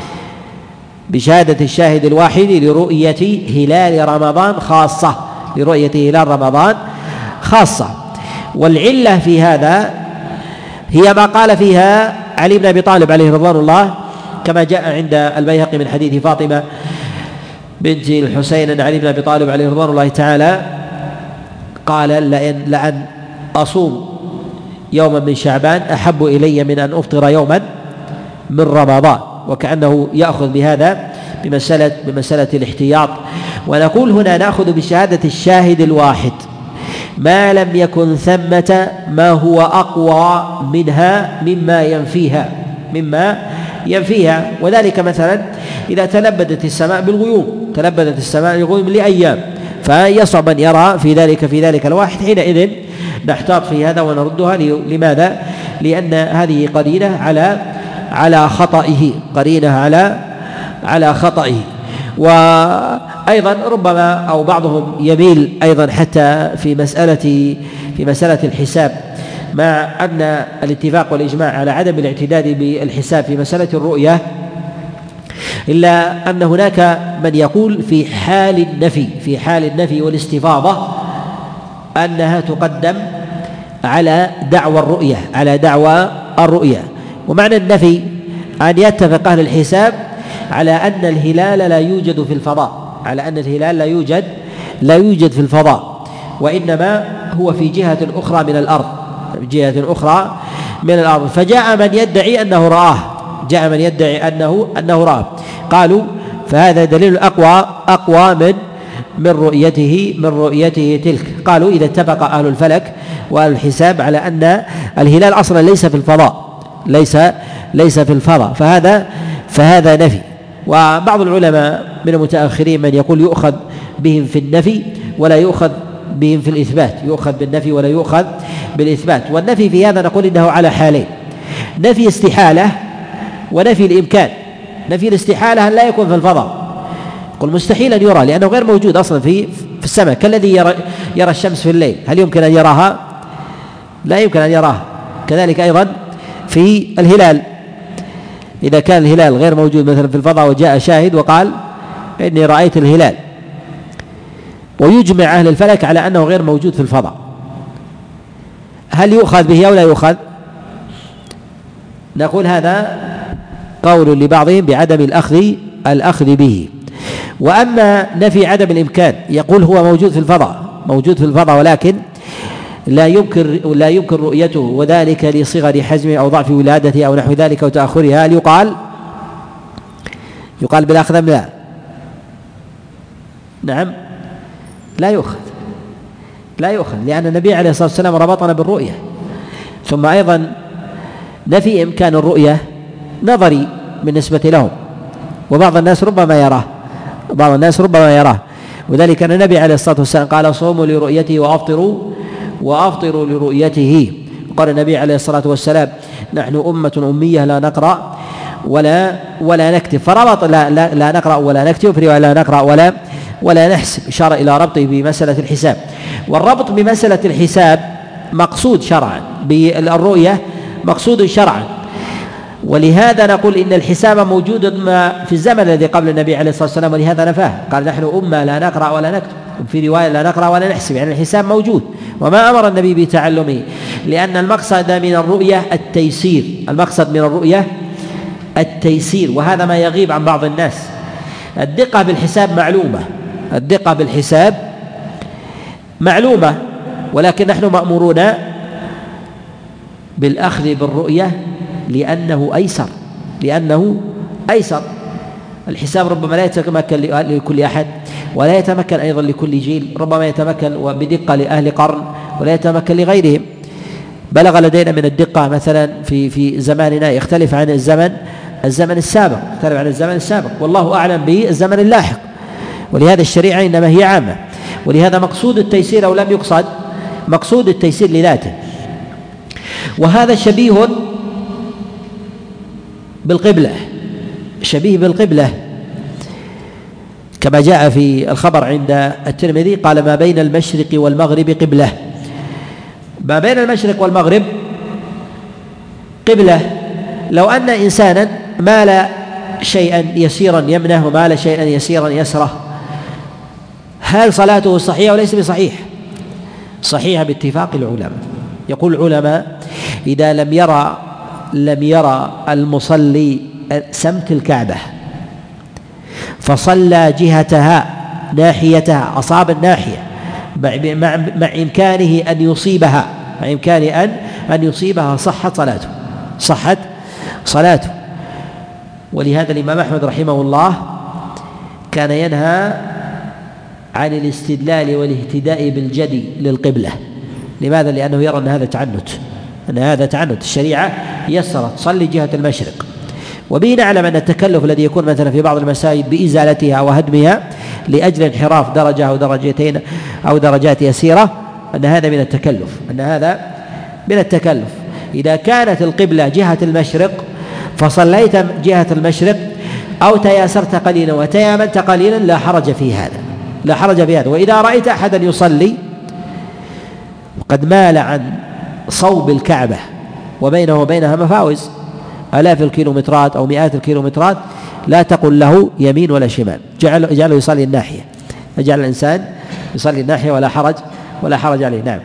بشهادة الشاهد الواحد لرؤية هلال رمضان خاصة لرؤية هلال رمضان خاصة. والعلة في هذا هي ما قال فيها علي بن أبي طالب عليه رضوان الله كما جاء عند البيهقي من حديث فاطمة بنت الحسين أن علي بن أبي طالب عليه رضوان الله تعالى قال لأن, لأن أصوم يوما من شعبان أحب إلي من أن أفطر يوما من رمضان، وكأنه يأخذ بهذا بمسألة بمسألة الاحتياط. ونقول هنا نأخذ بشهادة الشاهد الواحد ما لم يكن ثمة ما هو أقوى منها مما ينفيها مما ينفيها وذلك مثلا إذا تلبدت السماء بالغيوم تلبدت السماء بالغيوم لأيام فيصعب أن يرى في ذلك في ذلك الواحد، حينئذ نحتاط في هذا ونردها. لماذا؟ لأن هذه قرينة على على خطئه قرينة على على خطئه. وأيضا ربما أو بعضهم يميل أيضا حتى في مسألة في مسألة الحساب مع أن الاتفاق والإجماع على عدم الاعتداد بالحساب في مسألة الرؤية، إلا أن هناك من يقول في حال النفي في حال النفي والاستفاضة أنها تقدم على دعوى الرؤية على دعوى الرؤية. ومعنى النفي أن يتفق أهل الحساب على أن الهلال لا يوجد في الفضاء على أن الهلال لا يوجد لا يوجد في الفضاء وإنما هو في جهة أخرى من الأرض جهة أخرى من الأرض. فجاء من يدعي أنه رآه جاء من يدعي أنه أنه رآه قالوا فهذا دليل أقوى أقوى من من رؤيته من رؤيته تلك. قالوا إذا اتفق أهل الفلك وأهل الحساب على أن الهلال أصلا ليس في الفضاء ليس ليس في الفضاء فهذا فهذا نفي. وبعض العلماء من المتأخرين من يقول يؤخذ بهم في النفي ولا يؤخذ بهم في الإثبات يؤخذ بالنفي ولا يؤخذ بالإثبات. والنفي في هذا نقول إنه على حالين: نفي استحالة ونفي الإمكان. نفي الاستحالة أن لا يكون في الفضاء قل مستحيل أن يرى لأنه غير موجود أصلا في في السماء كالذي يرى, يرى الشمس في الليل هل يمكن أن يراها؟ لا يمكن أن يراه. كذلك أيضا في الهلال، إذا كان الهلال غير موجود مثلا في الفضاء وجاء شاهد وقال إني رأيت الهلال، ويجمع أهل الفلك على أنه غير موجود في الفضاء، هل يؤخذ به أو لا يؤخذ؟ نقول هذا قول لبعضهم بعدم الأخذ الأخذ به. وأما نفي عدم الإمكان، يقول هو موجود في الفضاء موجود في الفضاء ولكن لا يمكن لا يمكن رؤيته، وذلك لصغر حجمه أو ضعف ولادته أو نحو ذلك وتأخرها، هل يقال يقال بالأخذ أم لا؟ نعم لا يؤخذ لا يؤخذ لأن النبي عليه الصلاة والسلام ربطنا بالرؤية. ثم أيضا نفي إمكان الرؤية نظري بالنسبة لهم، وبعض الناس ربما يراه بعض الناس ربما يراه وذلك أن النبي عليه الصلاة والسلام قال صوموا لرؤيته وأفطروا وأفطروا لرؤيته. قال النبي عليه الصلاة والسلام نحن أمة أمية لا نقرأ ولا ولا نكتب، فربط لا, لا, لا نقرأ ولا نكتب، في رواية لا نقرأ ولا ولا نحسب، إشارة إلى ربطه بمسألة الحساب. والربط بمسألة الحساب مقصود شرعا، بالرؤية مقصود شرعا، ولهذا نقول إن الحساب موجود في الزمن الذي قبل النبي عليه الصلاة والسلام، ولهذا نفاه قال نحن أمة لا نقرأ ولا نكتب، في رواية لا نقرأ ولا نحسب، يعني الحساب موجود وما أمر النبي بتعلمه، لأن المقصد من الرؤية التيسير المقصد من الرؤية التيسير وهذا ما يغيب عن بعض الناس. الدقة بالحساب معلومة الدقة بالحساب معلومة ولكن نحن مأمورون بالأخذ بالرؤية لأنه أيسر لأنه أيسر الحساب ربما لا يتمكن لكل أحد ولا يتمكن أيضا لكل جيل، ربما يتمكن بدقة لأهل قرن ولا يتمكن لغيرهم. بلغ لدينا من الدقة مثلا في في زماننا يختلف عن الزمن الزمن السابق يختلف عن الزمن السابق والله أعلم بالزمن اللاحق، ولهذا الشريعة إنما هي عامة، ولهذا مقصود التيسير أو لم يقصد مقصود التيسير لذاته. وهذا شبيه بالقبلة شبيه بالقبلة كما جاء في الخبر عند الترمذي قال ما بين المشرق والمغرب قبلة. ما بين المشرق والمغرب قبلة، لو أن إنسانا مال شيئا يسيرا يمنه ومال شيئا يسيرا يسره، هل صلاته صحيحة وليس بصحيح؟ صحيحة باتفاق العلماء. يقول العلماء إذا لم يرى لم يرى المصلي سمت الكعبة فصلى جهتها ناحيتها أصاب الناحية مع, مع, مع إمكانه أن يصيبها مع إمكانه أن أن يصيبها صحت صلاته صحت صلاته ولهذا الإمام أحمد رحمه الله كان ينهى عن الاستدلال والاهتداء بالجدي للقبلة. لماذا؟ لأنه يرى أن هذا تعنت أن هذا تعنت الشريعة يسرت صلي جهة المشرق. وبه نعلم أن التكلف الذي يكون مثلا في بعض المساجد بإزالتها وهدمها لأجل انحراف درجة أو درجتين أو درجات يسيرة أن هذا من التكلف أن هذا من التكلف. إذا كانت القبلة جهة المشرق فصليت جهة المشرق أو تياسرت قليلا وتيامنت قليلا لا حرج في هذا لا حرج في هذا. وإذا رأيت أحدا يصلي وقد مال عن صوب الكعبة وبينه وبينها مفاوز آلاف الكيلومترات أو مئات الكيلومترات لا تقل له يمين ولا شمال، جعله اجعله يصلي الناحية اجعل الإنسان يصلي الناحية ولا حرج ولا حرج عليه. نعم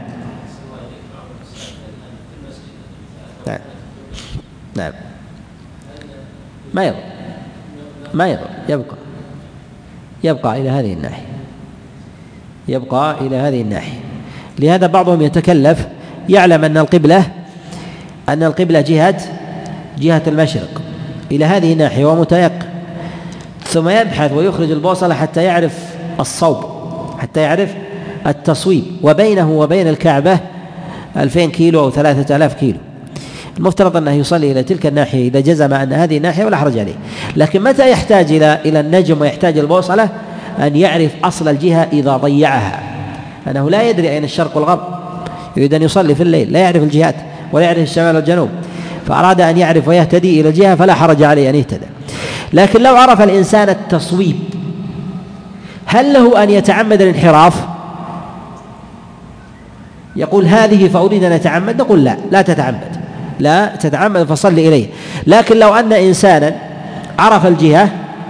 نعم نعم ما يضر ما يضر يبقى يبقى إلى هذه الناحية يبقى إلى هذه الناحية. لهذا بعضهم يتكلف يعلم أن القبلة أن القبلة جهة جهة المشرق إلى هذه الناحية ومتيقن، ثم يبحث ويخرج البوصلة حتى يعرف الصوب حتى يعرف التصويب، وبينه وبين الكعبة ألفين كيلو أو ثلاثة آلاف كيلو. المفترض أنه يصلي إلى تلك الناحية إذا جزم أن هذه الناحية ولا حرج عليه. لكن متى يحتاج إلى إلى النجم ويحتاج البوصلة؟ أن يعرف أصل الجهة إذا ضيعها، أنه لا يدري أين الشرق والغرب، يريد أن يصلي في الليل لا يعرف الجهات ولا يعرف الشمال والجنوب، فأراد أن يعرف ويهتدي إلى الجهة فلا حرج عليه أن يهتدى. لكن لو عرف الإنسان التصويب هل له أن يتعمد الانحراف؟ يقول هذه فأريد أن أتعمد، نقول لا لا تتعمد، لا تتعمد فصل إليه. لكن لو أن إنسانا عرف الجهة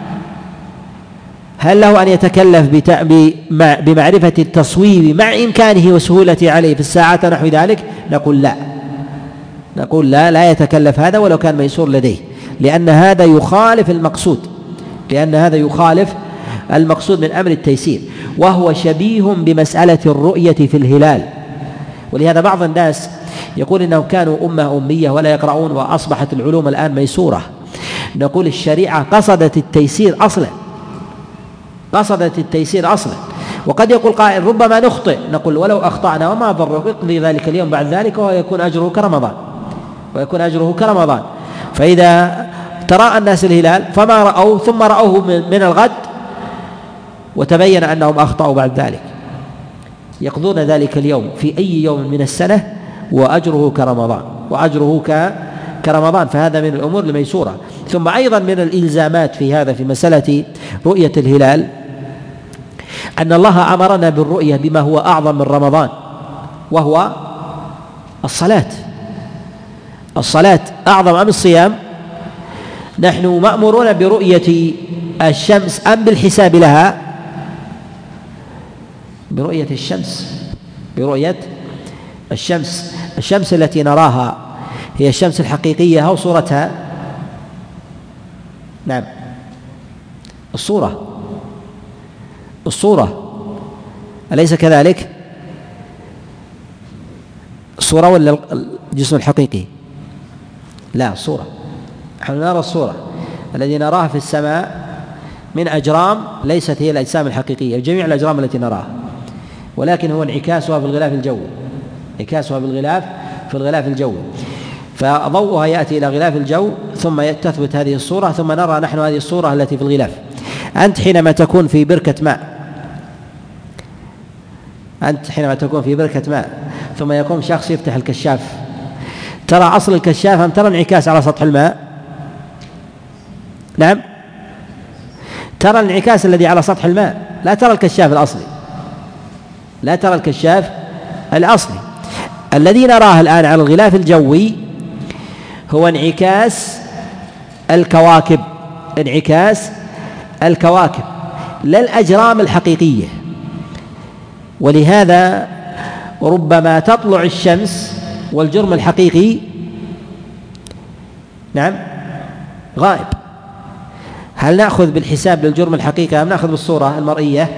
هل له أن يتكلف بمعرفة التصويب مع إمكانه وسهولته عليه في الساعات ونحو ذلك؟ نقول لا، نقول لا لا يتكلف هذا ولو كان ميسور لديه، لأن هذا يخالف المقصود، لأن هذا يخالف المقصود من أمر التيسير، وهو شبيه بمسألة الرؤية في الهلال. ولهذا بعض الناس يقول إنهم كانوا أمة أمية ولا يقرؤون وأصبحت العلوم الآن ميسورة. نقول الشريعة قصدت التيسير أصلا، قصدت التيسير أصلا. وقد يقول قائل ربما نخطئ، نقول ولو أخطأنا وما ضر، يقضي ذلك اليوم بعد ذلك ويكون أجره كرمضان، ويكون أجره كرمضان. فإذا تراءى الناس الهلال فما رأوه ثم رأوه من الغد وتبين أنهم أخطأوا بعد ذلك، يقضون ذلك اليوم في أي يوم من السنة وأجره كرمضان، وأجره كرمضان. فهذا من الأمور الميسورة. ثم أيضا من الإلزامات في هذا في مسألة رؤية الهلال أن الله أمرنا بالرؤية بما هو أعظم من رمضان، وهو الصلاة. الصلاة أعظم أم الصيام؟ نحن مأمورون برؤية الشمس أم بالحساب لها؟ برؤية الشمس، برؤية الشمس. الشمس التي نراها هي الشمس الحقيقية أو صورتها؟ نعم، الصورة، الصورة، أليس كذلك؟ الصورة ولا الجسم الحقيقي؟ لا، الصورة. نحن نرى الصورة الذي نراها في السماء من أجرام ليست هي الأجسام الحقيقية، جميع الأجرام التي نراها، ولكن هو انعكاسها في الغلاف الجوي، انعكاسها بالغلاف في الغلاف الجوي، فضوءها يأتي إلى غلاف الجو ثم تثبت هذه الصورة، ثم نرى نحن هذه الصورة التي في الغلاف. أنت حينما تكون في بركة ماء، أنت حينما تكون في بركة ماء ثم يقوم شخص يفتح الكشاف، ترى أصل الكشاف أم ترى انعكاس على سطح الماء؟ نعم، ترى الانعكاس الذي على سطح الماء، لا ترى الكشاف الأصلي، لا ترى الكشاف الأصلي. الذي نراه الآن على الغلاف الجوي هو انعكاس الكواكب، انعكاس الكواكب لا الأجرام الحقيقية. ولهذا ربما تطلع الشمس والجرم الحقيقي نعم غائب. هل نأخذ بالحساب للجرم الحقيقي أم نأخذ بالصورة المرئية؟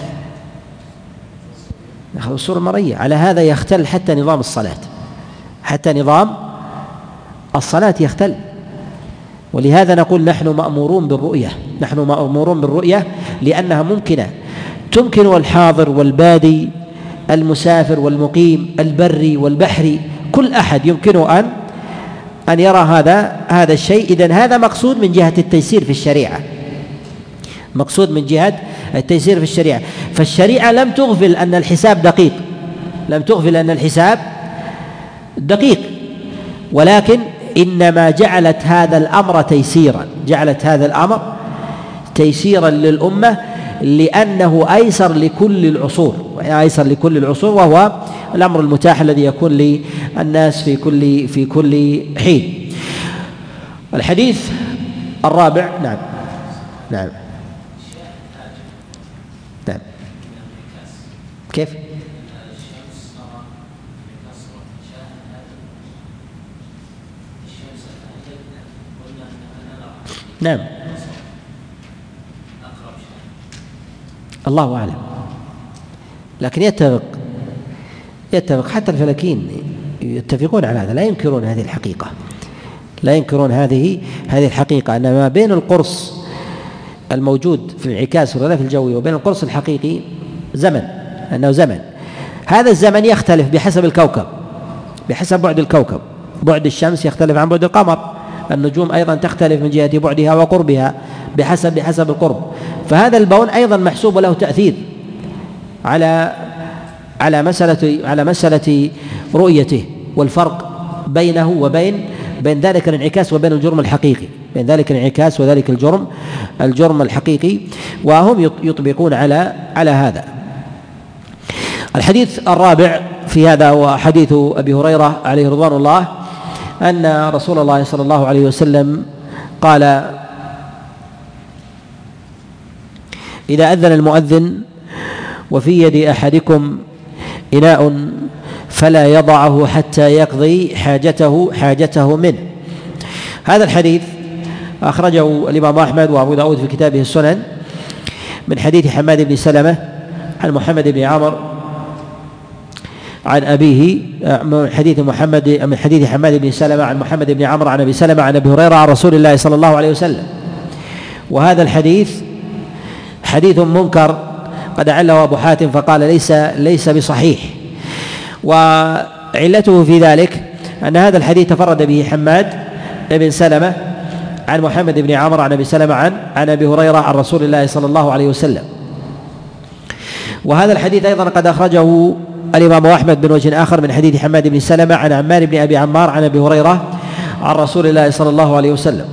نأخذ بالصورة المرئية. على هذا يختل حتى نظام الصلاة، حتى نظام الصلاة يختل. ولهذا نقول نحن مأمورون بالرؤية، نحن مأمورون بالرؤية لأنها ممكنة، تمكن الحاضر والبادي، المسافر والمقيم، البري والبحري، كل أحد يمكنه أن أن يرى هذا هذا الشيء. إذن هذا مقصود من جهة التيسير في الشريعة، مقصود من جهة التيسير في الشريعة. فالشريعة لم تغفل أن الحساب دقيق، لم تغفل أن الحساب دقيق، ولكن إنما جعلت هذا الأمر تيسيرا، جعلت هذا الأمر تيسيرا للأمة، لأنه أيسر لكل العصور، أيسر لكل العصور، وهو الأمر المتاح الذي يكون للناس في كل في كل حين. الحديث الرابع. نعم نعم نعم كيف؟ نعم الله أعلم، لكن يتفق يتفق حتى الفلكيين يتفقون على هذا، لا ينكرون هذه الحقيقة، لا ينكرون هذه هذه الحقيقة، أن ما بين القرص الموجود في الانعكاس في الغلاف الجوي وبين القرص الحقيقي زمن، أنه زمن، هذا الزمن يختلف بحسب الكوكب، بحسب بعد الكوكب، بعد الشمس يختلف عن بعد القمر، النجوم أيضا تختلف من جهة بعدها وقربها بحسب بحسب القرب. فهذا البون أيضا محسوب له تأثير على على مسألة على مسألة رؤيته، والفرق بينه وبين بين ذلك الانعكاس وبين الجرم الحقيقي، بين ذلك الانعكاس وذلك الجرم الجرم الحقيقي، وهم يطبقون على على هذا. الحديث الرابع في هذا هو حديث أبي هريرة عليه رضوان الله أن رسول الله صلى الله عليه وسلم قال: إذا أذن المؤذن وفي يد أحدكم إناء فلا يضعه حتى يقضي حاجته حاجته منه. هذا الحديث أخرجه الإمام أحمد وأبو داود في كتابه السنن من حديث حماد بن سلمة عن محمد بن عمرو عن أبيه، من حديث محمد من حديث حماد بن سلمة عن محمد بن عمرو عن أبي سلمة عن أبي هريرة عن رسول الله صلى الله عليه وسلم. وهذا الحديث حديث منكر قد عله أبو حاتم فقال ليس ليس بصحيح، وعلته في ذلك أن هذا الحديث تفرد به حماد بن سلمة عن محمد بن عمرو عن أبي سلمة عن عن أبي هريرة عن رسول الله صلى الله عليه وسلم. وهذا الحديث أيضا قد أخرجه الإمام أحمد بن وجه آخر من حديث حماد بن سلمة عن عمار بن أبي عمار عن أبي هريرة عن رسول الله صلى الله عليه وسلم.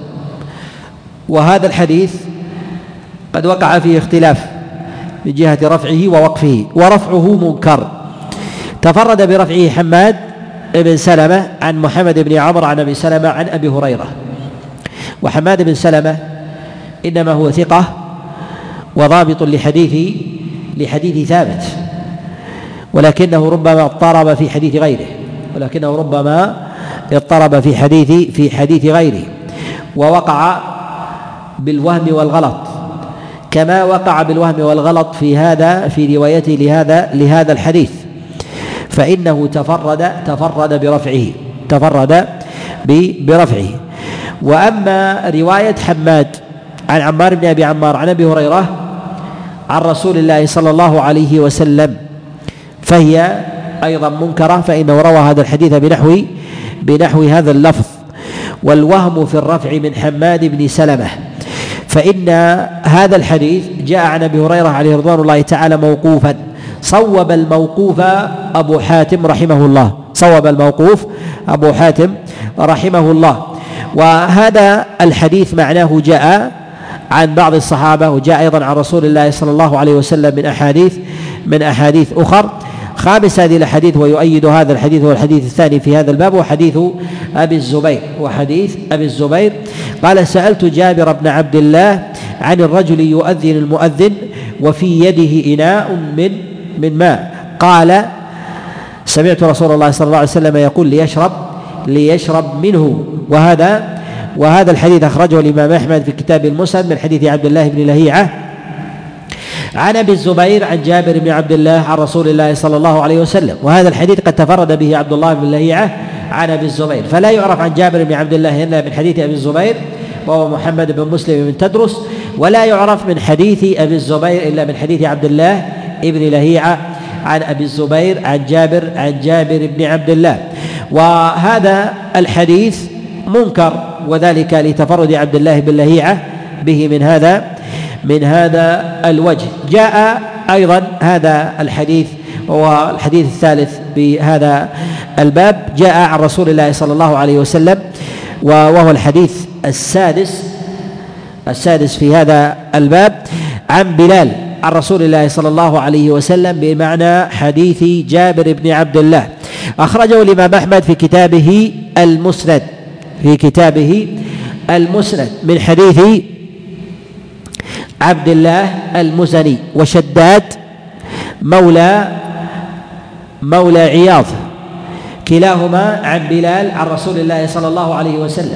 وهذا الحديث قد وقع فيه اختلاف من جهة رفعه ووقفه، ورفعه منكر. تفرد برفعه حماد بن سلمة عن محمد بن عمرو عن أبي سلمة عن أبي هريرة. وحماد بن سلمة إنما هو ثقة وضابط لحديث لحديث ثابت، ولكنه ربما اضطرب في حديث غيره ولكنه ربما اضطرب في حديث في حديث غيره ووقع بالوهم والغلط كما وقع بالوهم والغلط في هذا في روايته لهذا لهذا الحديث، فإنه تفرد تفرد برفعه تفرد برفعه. وأما رواية حماد عن عمار بن أبي عمار عن أبي هريرة عن رسول الله صلى الله عليه وسلم فهي أيضا منكرة، فإنه روى هذا الحديث بنحو بنحو هذا اللفظ. والوهم في الرفع من حماد بن سلمة، فإن هذا الحديث جاء عن أبي هريرة عليه رضوان الله تعالى موقوفا، صوب الموقوف أبو حاتم رحمه الله صوب الموقوف أبو حاتم رحمه الله. وهذا الحديث معناه جاء عن بعض الصحابة وجاء أيضا عن رسول الله صلى الله عليه وسلم من أحاديث من أحاديث أخر. خامس هذه الحديث ويؤيد هذا الحديث هو الحديث الثاني في هذا الباب، وحديث أبي الزبير وحديث أبي الزبير قال: سألت جابر بن عبد الله عن الرجل يؤذن المؤذن وفي يده إناء من من ماء، قال: سمعت رسول الله صلى الله عليه وسلم يقول ليشرب ليشرب منه. وهذا وهذا الحديث أخرجه الإمام أحمد في كتاب المسند من حديث عبد الله بن لهيعة عن أبي الزبير عن جابر بن عبد الله عن رسول الله صلى الله عليه وسلم. وهذا الحديث قد تفرد به عبد الله بن لهيعة عن أبي الزبير، فلا يعرف عن جابر بن عبد الله إلا من حديث أبي الزبير وهو محمد بن مسلم بن تدرس، ولا يعرف من حديث أبي الزبير إلا من حديث عبد الله بن لهيعة عن أبي الزبير عن جابر عن جابر بن عبد الله. وهذا الحديث منكر، وذلك لتفرد عبد الله بن لهيعة به من هذا من هذا الوجه. جاء أيضا هذا الحديث وهو الحديث الثالث بهذا الباب، جاء عن رسول الله صلى الله عليه وسلم وهو الحديث السادس السادس في هذا الباب عن بلال عن رسول الله صلى الله عليه وسلم بمعنى حديث جابر بن عبد الله. أخرجه الإمام أحمد في كتابه المسند في كتابه المسند من حديث عبد الله المزني وشداد مولى مولى عياض، كلاهما عن بلال عن رسول الله صلى الله عليه وسلم.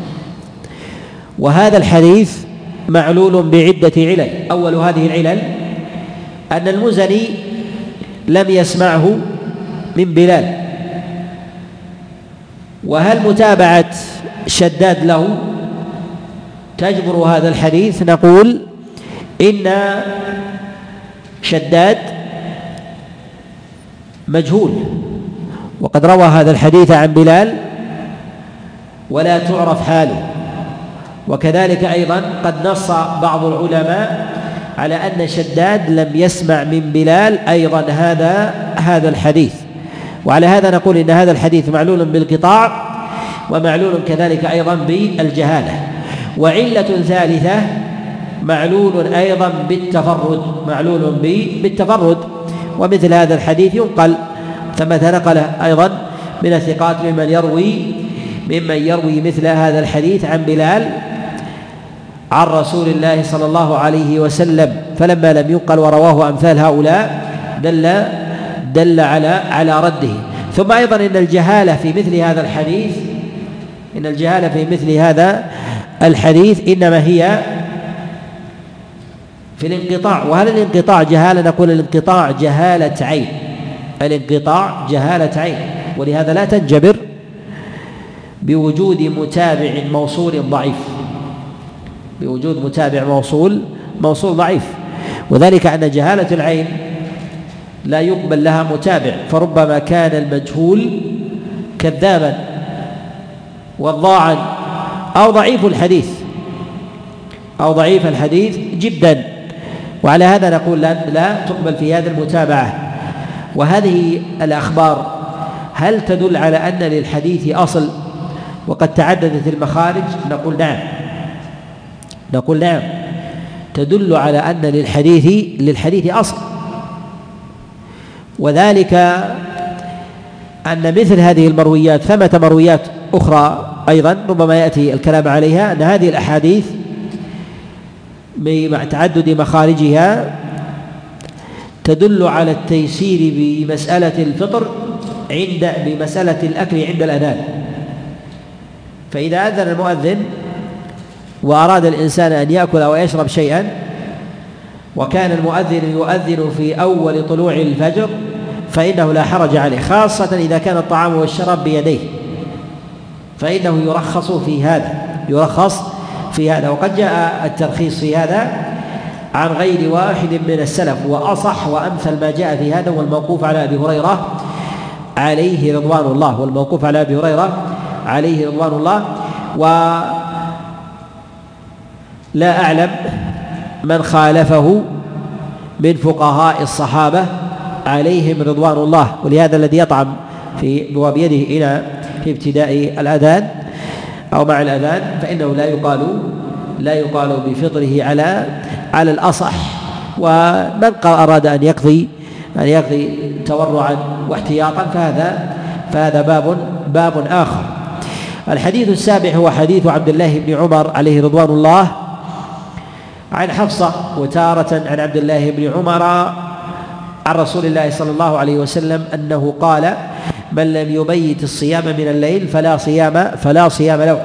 وهذا الحديث معلول بعدة علل. أول هذه العلل أن المزني لم يسمعه من بلال، وهل متابعة شداد له تجبر هذا الحديث؟ نقول إن شداد مجهول وقد روى هذا الحديث عن بلال ولا تعرف حاله، وكذلك أيضا قد نص بعض العلماء على أن شداد لم يسمع من بلال أيضا هذا هذا الحديث. وعلى هذا نقول إن هذا الحديث معلول بالقطاع ومعلول كذلك أيضا بالجهالة. وعلة ثالثة معلول أيضا بالتفرد معلول بالتفرد ومثل هذا الحديث ينقل ثمة نقله أيضا من الثقات ممن يروي ممن يروي مثل هذا الحديث عن بلال عن رسول الله صلى الله عليه وسلم، فلما لم ينقل ورواه أمثال هؤلاء دل دل على على رده. ثم أيضا إن الجهالة في مثل هذا الحديث إن الجهالة في مثل هذا الحديث إنما هي في الانقطاع. وهل الانقطاع جهالة؟ نقول الانقطاع جهالة عين، الانقطاع جهالة عين، ولهذا لا تنجبر بوجود متابع موصول ضعيف، بوجود متابع موصول موصول ضعيف، وذلك أن جهالة العين لا يقبل لها متابع، فربما كان المجهول كذابا وضاعا أو ضعيف الحديث أو ضعيف الحديث جدا، وعلى هذا نقول لا, لا تقبل في هذه المتابعة. وهذه الأخبار هل تدل على أن للحديث أصل وقد تعددت المخارج؟ نقول نعم، نقول نعم تدل على أن للحديث للحديث أصل، وذلك أن مثل هذه المرويات ثمة مرويات أخرى أيضا ربما يأتي الكلام عليها، أن هذه الأحاديث مع تعدد مخارجها تدل على التيسير بمسألة الفطر عند بمسألة الأكل عند الأذان. فإذا أذن المؤذن وأراد الإنسان أن يأكل أو يشرب شيئا، وكان المؤذن يؤذن في أول طلوع الفجر، فإنه لا حرج عليه، خاصة إذا كان الطعام والشراب بيديه، فإنه يرخص في هذا يرخص في هذا وقد جاء الترخيص في هذا عن غير واحد من السلف، وأصح وأمثل ما جاء في هذا والموقوف على أبي هريرة عليه رضوان الله والموقوف على أبي هريرة عليه رضوان الله. ولا أعلم من خالفه من فقهاء الصحابة عليهم رضوان الله، ولهذا الذي يطعم في بيده إلى في ابتداء الأذان أو مع الأذان فإنه لا يقال لا يقال بفطره على على الأصح. ومن أراد أن يقضي أن يقضي تورعا واحتياطا فهذا فهذا باب باب آخر. الحديث السابع هو حديث عبد الله بن عمر عليه رضوان الله عن حفصة وتارة عن عبد الله بن عمر عن رسول الله صلى الله عليه وسلم أنه قال: من لم يبيت الصيام من الليل فلا صيام فلا صيام له.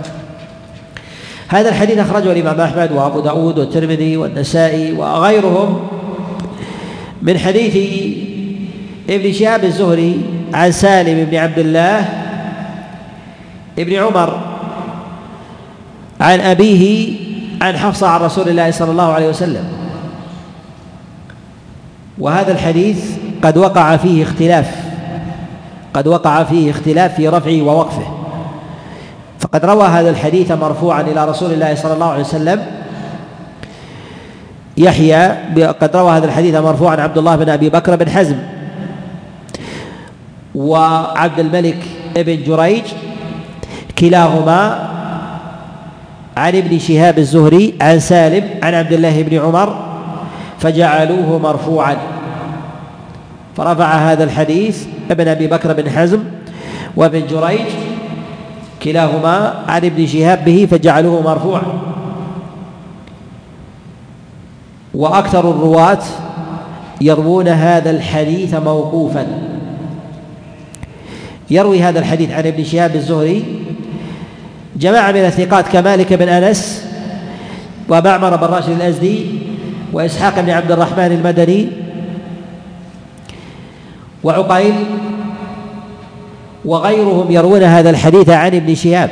هذا الحديث أخرجه الإمام أحمد وأبو داود والترمذي والنسائي وغيرهم من حديث ابن شهاب الزهري عن سالم بن عبد الله ابن عمر عن أبيه عن حفصة عن رسول الله صلى الله عليه وسلم. وهذا الحديث قد وقع فيه اختلاف قد وقع فيه اختلاف في رفعه ووقفه، فقد روى هذا الحديث مرفوعا إلى رسول الله صلى الله عليه وسلم يحيى قد روى هذا الحديث مرفوعا عبد الله بن أبي بكر بن حزم وعبد الملك بن جريج كلاهما عن ابن شهاب الزهري عن سالم عن عبد الله بن عمر فجعلوه مرفوعا، فرفع هذا الحديث ابن أبي بكر بن حزم وابن جريج كلاهما عن ابن شهاب به فجعلوه مرفوعا. وأكثر الرواة يروون هذا الحديث موقوفا. يروي هذا الحديث عن ابن شهاب الزهري جماعة من الثقات كمالك بن أنس ومعمر بن راشد الأزدي وإسحاق بن عبد الرحمن المدني وعقيل وغيرهم يروون هذا الحديث عن ابن شهاب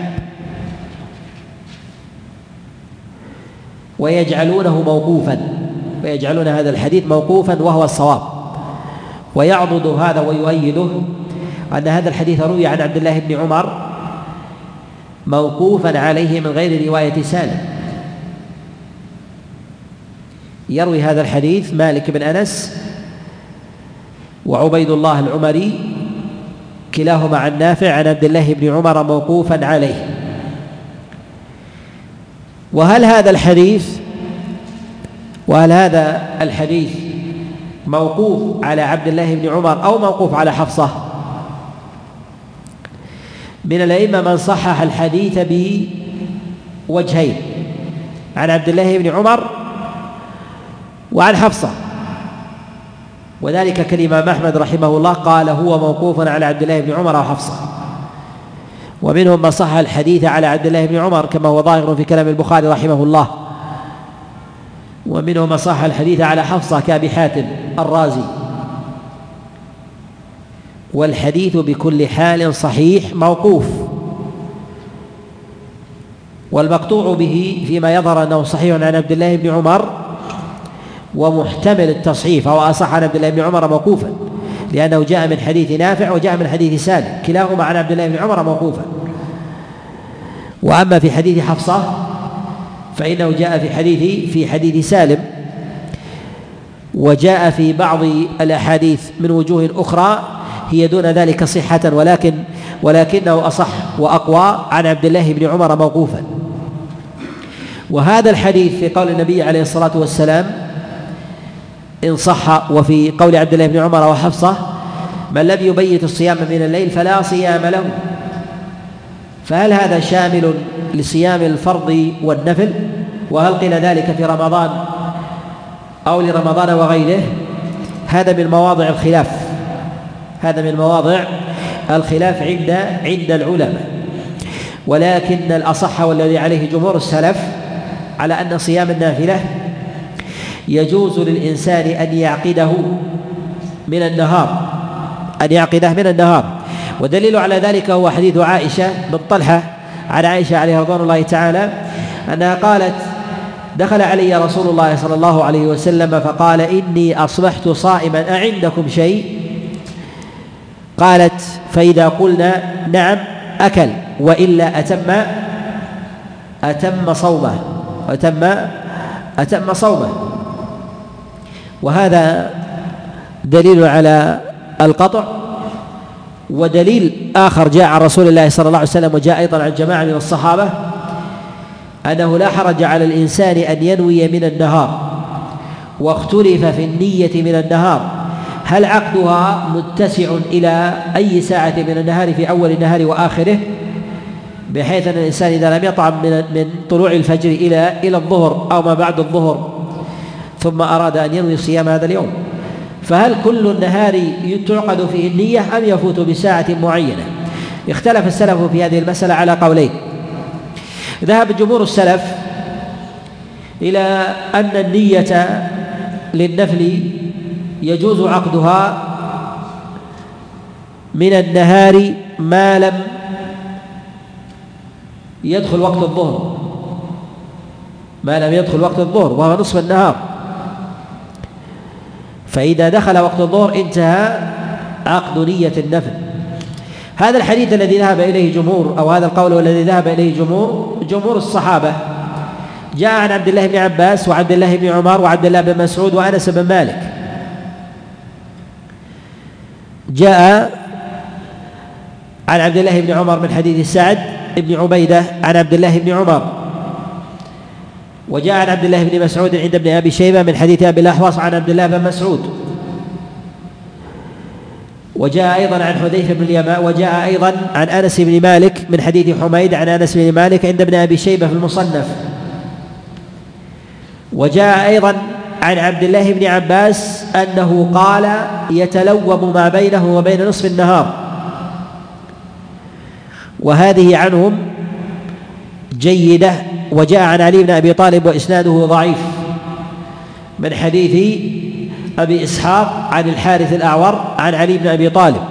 ويجعلونه موقوفا ويجعلون هذا الحديث موقوفا وهو الصواب. ويعضد هذا ويؤيده أن هذا الحديث روي عن عبد الله بن عمر موقوفا عليه من غير رواية سالم. يروي هذا الحديث مالك بن أنس وعبيد الله العمري كلاهما عن نافع عن عبد الله بن عمر موقوفا عليه. وهل هذا الحديث وهل هذا الحديث موقوف على عبد الله بن عمر أو موقوف على حفصة. من الأئمة من صحح الحديث بوجهين، عن عبد الله بن عمر وعن حفصة، وذلك كالإمام أحمد رحمه الله قال هو موقوف على عبد الله بن عمر وحفصة. ومنهم من صحح الحديث على عبد الله بن عمر كما هو ظاهر في كلام البخاري رحمه الله، ومنهم من صحح الحديث على حفصة كأبي حاتم الرازي. والحديث بكل حال صحيح موقوف، والمقطوع به فيما يظهر أنه صحيح عن عبد الله بن عمر ومحتمل التصحيف أو أصح عن عبد الله بن عمر موقوفا، لأنه جاء من حديث نافع وجاء من حديث سالم، كلاهما عن عبد الله بن عمر موقوفا. وأما في حديث حفصة فإنه جاء في حديث في حديث سالم، وجاء في بعض الأحاديث من وجوه أخرى هي دون ذلك صحة، ولكن ولكنه أصح وأقوى عن عبد الله بن عمر موقوفا. وهذا الحديث في قول النبي عليه الصلاة والسلام إن صح، وفي قول عبد الله بن عمر وحفصة من لم يبيت الصيام من الليل فلا صيام له. فهل هذا شامل لصيام الفرض والنفل؟ وهل قيل ذلك في رمضان أو لرمضان وغيره؟ هذا من مواضع الخلاف هذا من مواضع الخلاف عند عند العلماء. ولكن الأصح والذي عليه جمهور السلف على أن صيام النافلة يجوز للإنسان أن يعقده من النهار أن يعقده من النهار ودليل على ذلك هو حديث عائشة بن طلحة عن عائشة عليه رضوان الله تعالى أنها قالت دخل علي رسول الله صلى الله عليه وسلم فقال إني أصبحت صائما أعندكم شيء؟ قالت فإذا قلنا نعم أكل، وإلا أتم أتم صومه أتم أتم صومه. وهذا دليل على القطع. ودليل آخر جاء عن رسول الله صلى الله عليه وسلم وجاء أيضا عن جماعة من الصحابة أنه لا حرج على الإنسان أن ينوي من النهار، واختلف في النية من النهار هل عقدها متسع إلى أي ساعة من النهار في أول النهار وآخره، بحيث أن الإنسان إذا لم يطعم من من طلوع الفجر إلى إلى الظهر أو ما بعد الظهر ثم أراد أن ينوي صيام هذا اليوم، فهل كل النهار تعقد فيه النية أم يفوت بساعة معينة؟ اختلف السلف في هذه المسألة على قولين. ذهب جمهور السلف إلى أن النية للنفل يجوز عقدها من النهار ما لم يدخل وقت الظهر ما لم يدخل وقت الظهر وهو نصف النهار، فإذا دخل وقت الظهر انتهى عقد نية النفل. هذا الحديث الذي ذهب إليه جمهور أو هذا القول الذي ذهب إليه جمهور جمهور الصحابة جاء عن عبد الله بن عباس وعبد الله بن عمر وعبد الله بن مسعود وأنس بن مالك. جاء عن عبد الله بن عمر من حديث سعد بن عبيدة عن عبد الله بن عمر، وجاء عن عبد الله بن مسعود عند ابن أبي شيبة من حديث أبي الأحوص عن عبد الله بن مسعود، وجاء أيضا عن حذيفة بن اليمان، وجاء أيضا عن أنس بن مالك من حديث حميد عن أنس بن مالك عند ابن أبي شيبة في المصنف، وجاء أيضا عن عبد الله بن عباس أنه قال يتلوم ما بينه وبين نصف النهار. وهذه عنهم جيدة. وجاء عن علي بن أبي طالب وإسناده ضعيف من حديث أبي إسحاق عن الحارث الأعور عن علي بن أبي طالب.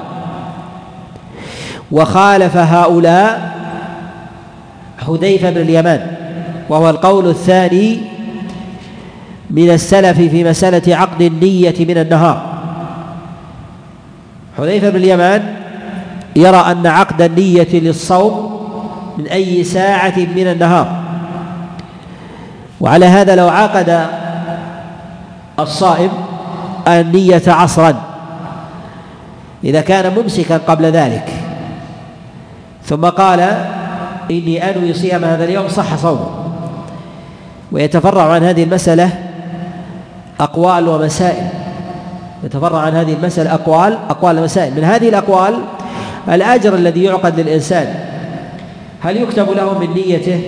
وخالف هؤلاء حذيفة بن اليمان، وهو القول الثاني من السلف في مسألة عقد النية من النهار. حذيفة بن اليمان يرى أن عقد النية للصوم من أي ساعة من النهار، وعلى هذا لو عقد الصائم النية عصرا إذا كان ممسكا قبل ذلك ثم قال إني أنوي صيام هذا اليوم صح صومه. ويتفرع عن هذه المسألة أقوال ومسائل، يتفرع عن هذه المسألة أقوال أقوال المسائل. من هذه الأقوال الأجر الذي يعقد للإنسان هل يكتب له من نيته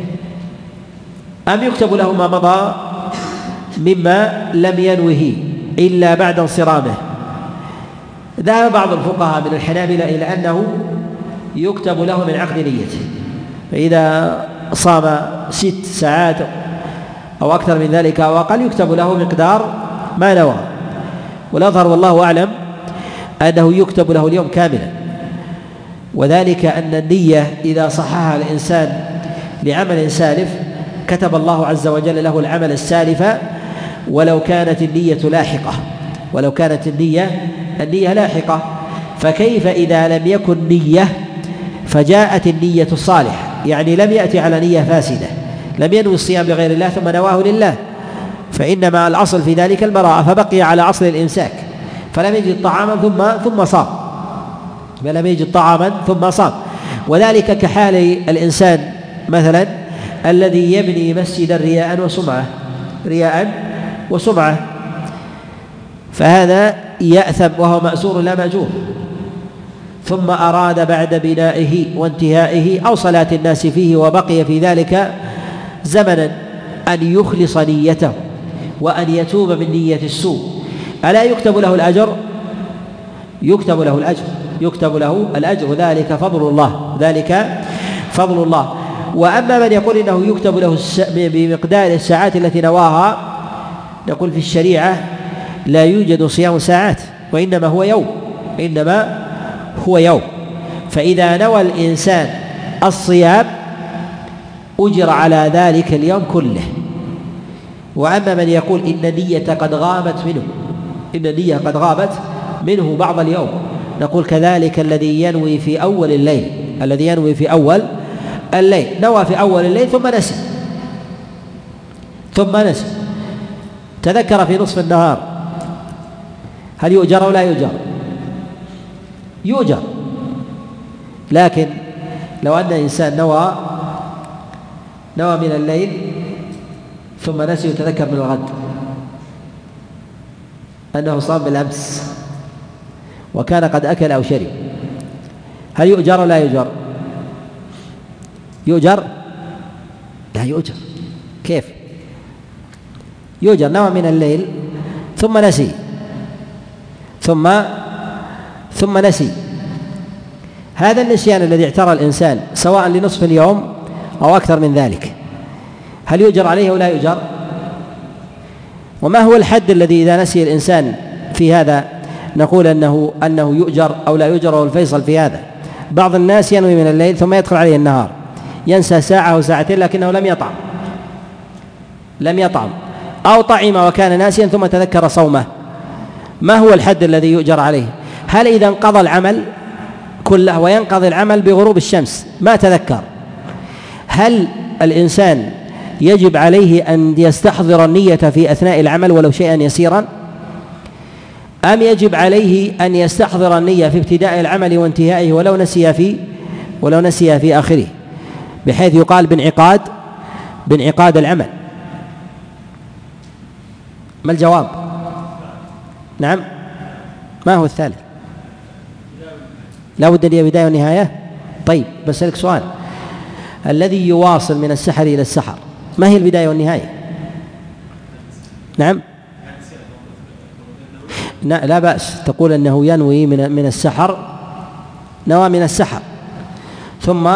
أم يكتب له ما مضى مما لم ينوه إلا بعد انصرامه؟ ذهب بعض الفقهاء من الحنابلة إلى أنه يكتب له من عقد نيته، فإذا صام ست ساعات أو أكثر من ذلك أو أقل يكتب له مقدار ما نوى. والأظهر والله أعلم أنه يكتب له اليوم كاملا، وذلك أن النية إذا صححها الإنسان لعمل سالف كتب الله عز وجل له العمل السالف ولو كانت النية لاحقة ولو كانت النية النية لاحقة. فكيف إذا لم يكن نية فجاءت النية الصالحة، يعني لم يأتي على نية فاسدة، لم ينوي الصيام بغير الله ثم نواه لله، فإنما الأصل في ذلك البراءة، فبقي على أصل الإمساك، فلم يجد طعاما ثم ثم صام فلم يجد طعاما ثم صام. وذلك كحال الإنسان مثلا الذي يبني مسجدا رياء وسمعة رياء وسمعة فهذا يأثم وهو مأسور لا مأجور، ثم أراد بعد بنائه وانتهائه أو صلاة الناس فيه وبقي في ذلك زمنا أن يخلص نيته وأن يتوب من نية السوء، ألا يكتب له الأجر؟ يكتب له الأجر يكتب له الأجر ذلك فضل الله ذلك فضل الله. وأما من يقول إنه يكتب له بمقدار الساعات التي نواها، نقول في الشريعة لا يوجد صيام ساعات، وإنما هو يوم إنما هو يوم فإذا نوى الإنسان الصيام أجر على ذلك اليوم كله. وأما من يقول إن النية قد غابت منه إن النية قد غابت منه بعض اليوم، نقول كذلك الذي ينوي في أول الليل الذي ينوي في أول الليل نوى في أول الليل ثم نسي ثم نسي تذكر في نصف النهار، هل يؤجر أو لا يؤجر؟ يؤجر. لكن لو أن إنسان نوى نوى من الليل ثم نسي وتذكر من الغد أنه صام بالأمس وكان قد أكل أو شرب، هل يؤجر أو لا يؤجر؟ يؤجر؟ لا يؤجر. كيف يؤجر؟ نوى من الليل ثم نسي ثم ثم نسي هذا النسيان الذي اعترى الإنسان سواء لنصف اليوم أو أكثر من ذلك، هل يؤجر عليه أو لا يؤجر؟ وما هو الحد الذي إذا نسي الإنسان في هذا نقول أنه أنه يؤجر أو لا يؤجر؟ والفيصل في هذا بعض الناس ينوي من الليل ثم يدخل عليه النهار ينسى ساعة أو ساعتين لكنه لم يطعم لم يطعم أو طعم وكان ناسيا ثم تذكر صومه، ما هو الحد الذي يؤجر عليه؟ هل إذا انقضى العمل كله وينقضي العمل بغروب الشمس ما تذكر، هل الإنسان يجب عليه أن يستحضر النية في أثناء العمل ولو شيئا يسيرا، أم يجب عليه أن يستحضر النية في ابتداء العمل وانتهائه ولو نسي في ولو نسي في آخره، بحيث يقال بانعقاد بانعقاد العمل؟ ما الجواب؟ نعم. ما هو الثالث؟ لا بد لي بداية ونهاية. طيب بسألك سؤال، الذي يواصل من السحر إلى السحر ما هي البداية والنهاية؟ نعم لا بأس تقول أنه ينوي من من السحر نوى من السحر ثم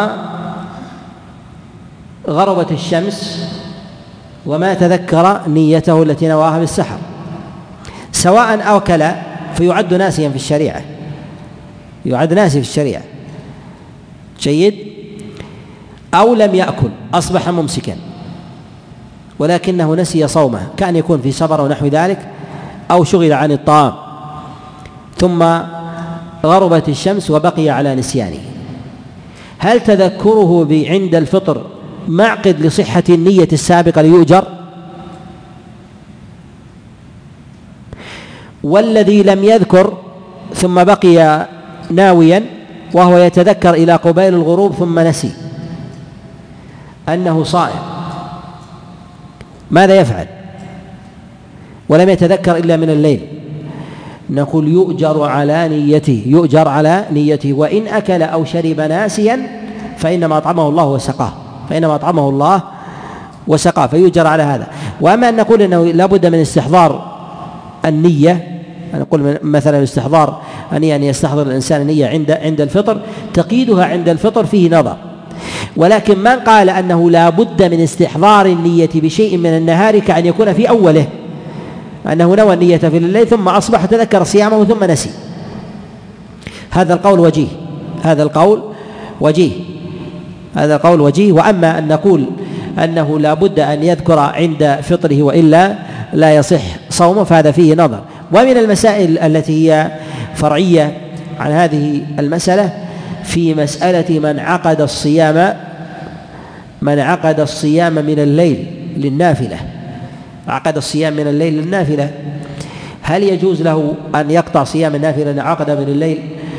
غربت الشمس وما تذكر نيته التي نواها بالسحر، سواء أكل فيعد ناسيا في الشريعة يعد ناسي في الشريعة جيد، أو لم يأكل أصبح ممسكا ولكنه نسي صومه كان يكون في سفر ونحو ذلك أو شغل عن الطعام ثم غربت الشمس وبقي على نسيانه، هل تذكره عند الفطر معقد لصحة النية السابقة ليؤجر؟ والذي لم يذكر ثم بقي ناويا وهو يتذكر إلى قبيل الغروب ثم نسي أنه صائم ماذا يفعل؟ ولم يتذكر إلا من الليل، نقول يؤجر على نيته، يؤجر على نيته، وإن أكل أو شرب ناسيا فإنما أطعمه الله وسقاه، فإنما أطعمه الله وسقاه، فيؤجر على هذا. وأما أن نقول أنه لا بد من استحضار النية، نقول مثلا استحضار النية أن يستحضر الإنسان النية عند عند الفطر، تقييدها عند الفطر فيه نظر. ولكن من قال أنه لا بد من استحضار النية بشيء من النهار كأن يكون في أوله، أنه نوى النية في الليل ثم أصبح تذكر صيامه ثم نسي، هذا القول وجيه، هذا القول وجيه، هذا القول وجيه. وأما أن نقول أنه لا بد أن يذكر عند فطره وإلا لا يصح صومه فهذا فيه نظر. ومن المسائل التي هي فرعية عن هذه المسألة في مسألة من عقد الصيام من عقد الصيام من الليل للنافلة، عقد الصيام من الليل للنافلة، هل يجوز له أن يقطع صيام النافلة أن عقد من الليل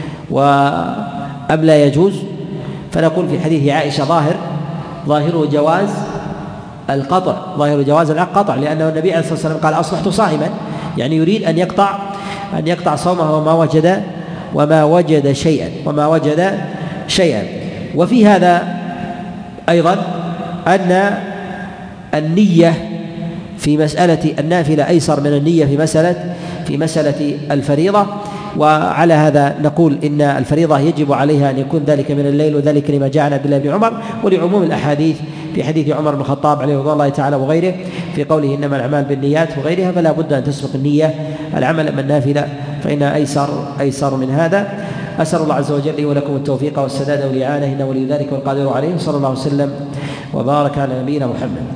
أم لا يجوز؟ فنقول في حديث عائشة ظاهر ظاهره جواز القطع، ظاهر جواز القطع، لأنه النبي عليه الصلاة والسلام قال أصبحت صائما، يعني يريد أن يقطع أن يقطع صومه وما وجد وما وجد شيئا وما وجد شيئا. وفي هذا أيضا أن النية في مسألة النافلة أيسر من النية في مسألة في مسألة الفريضة، وعلى هذا نقول إن الفريضة يجب عليها أن يكون ذلك من الليل، وذلك لما جاء عن عبد الله بن عمر ولعموم الأحاديث في حديث عمر بن الخطاب عليه رضي الله تعالى وغيره في قوله إنما الأعمال بالنيات وغيرها، فلا بد أن تسبق النية العمل من النافلة فإنها أيسر أيسر من هذا. أسأل الله عز وجل لي ولكم التوفيق والسداد والإعانة، إنه ولي ذلك والقادر عليه. صلى الله وسلم وبارك على نبينا محمد.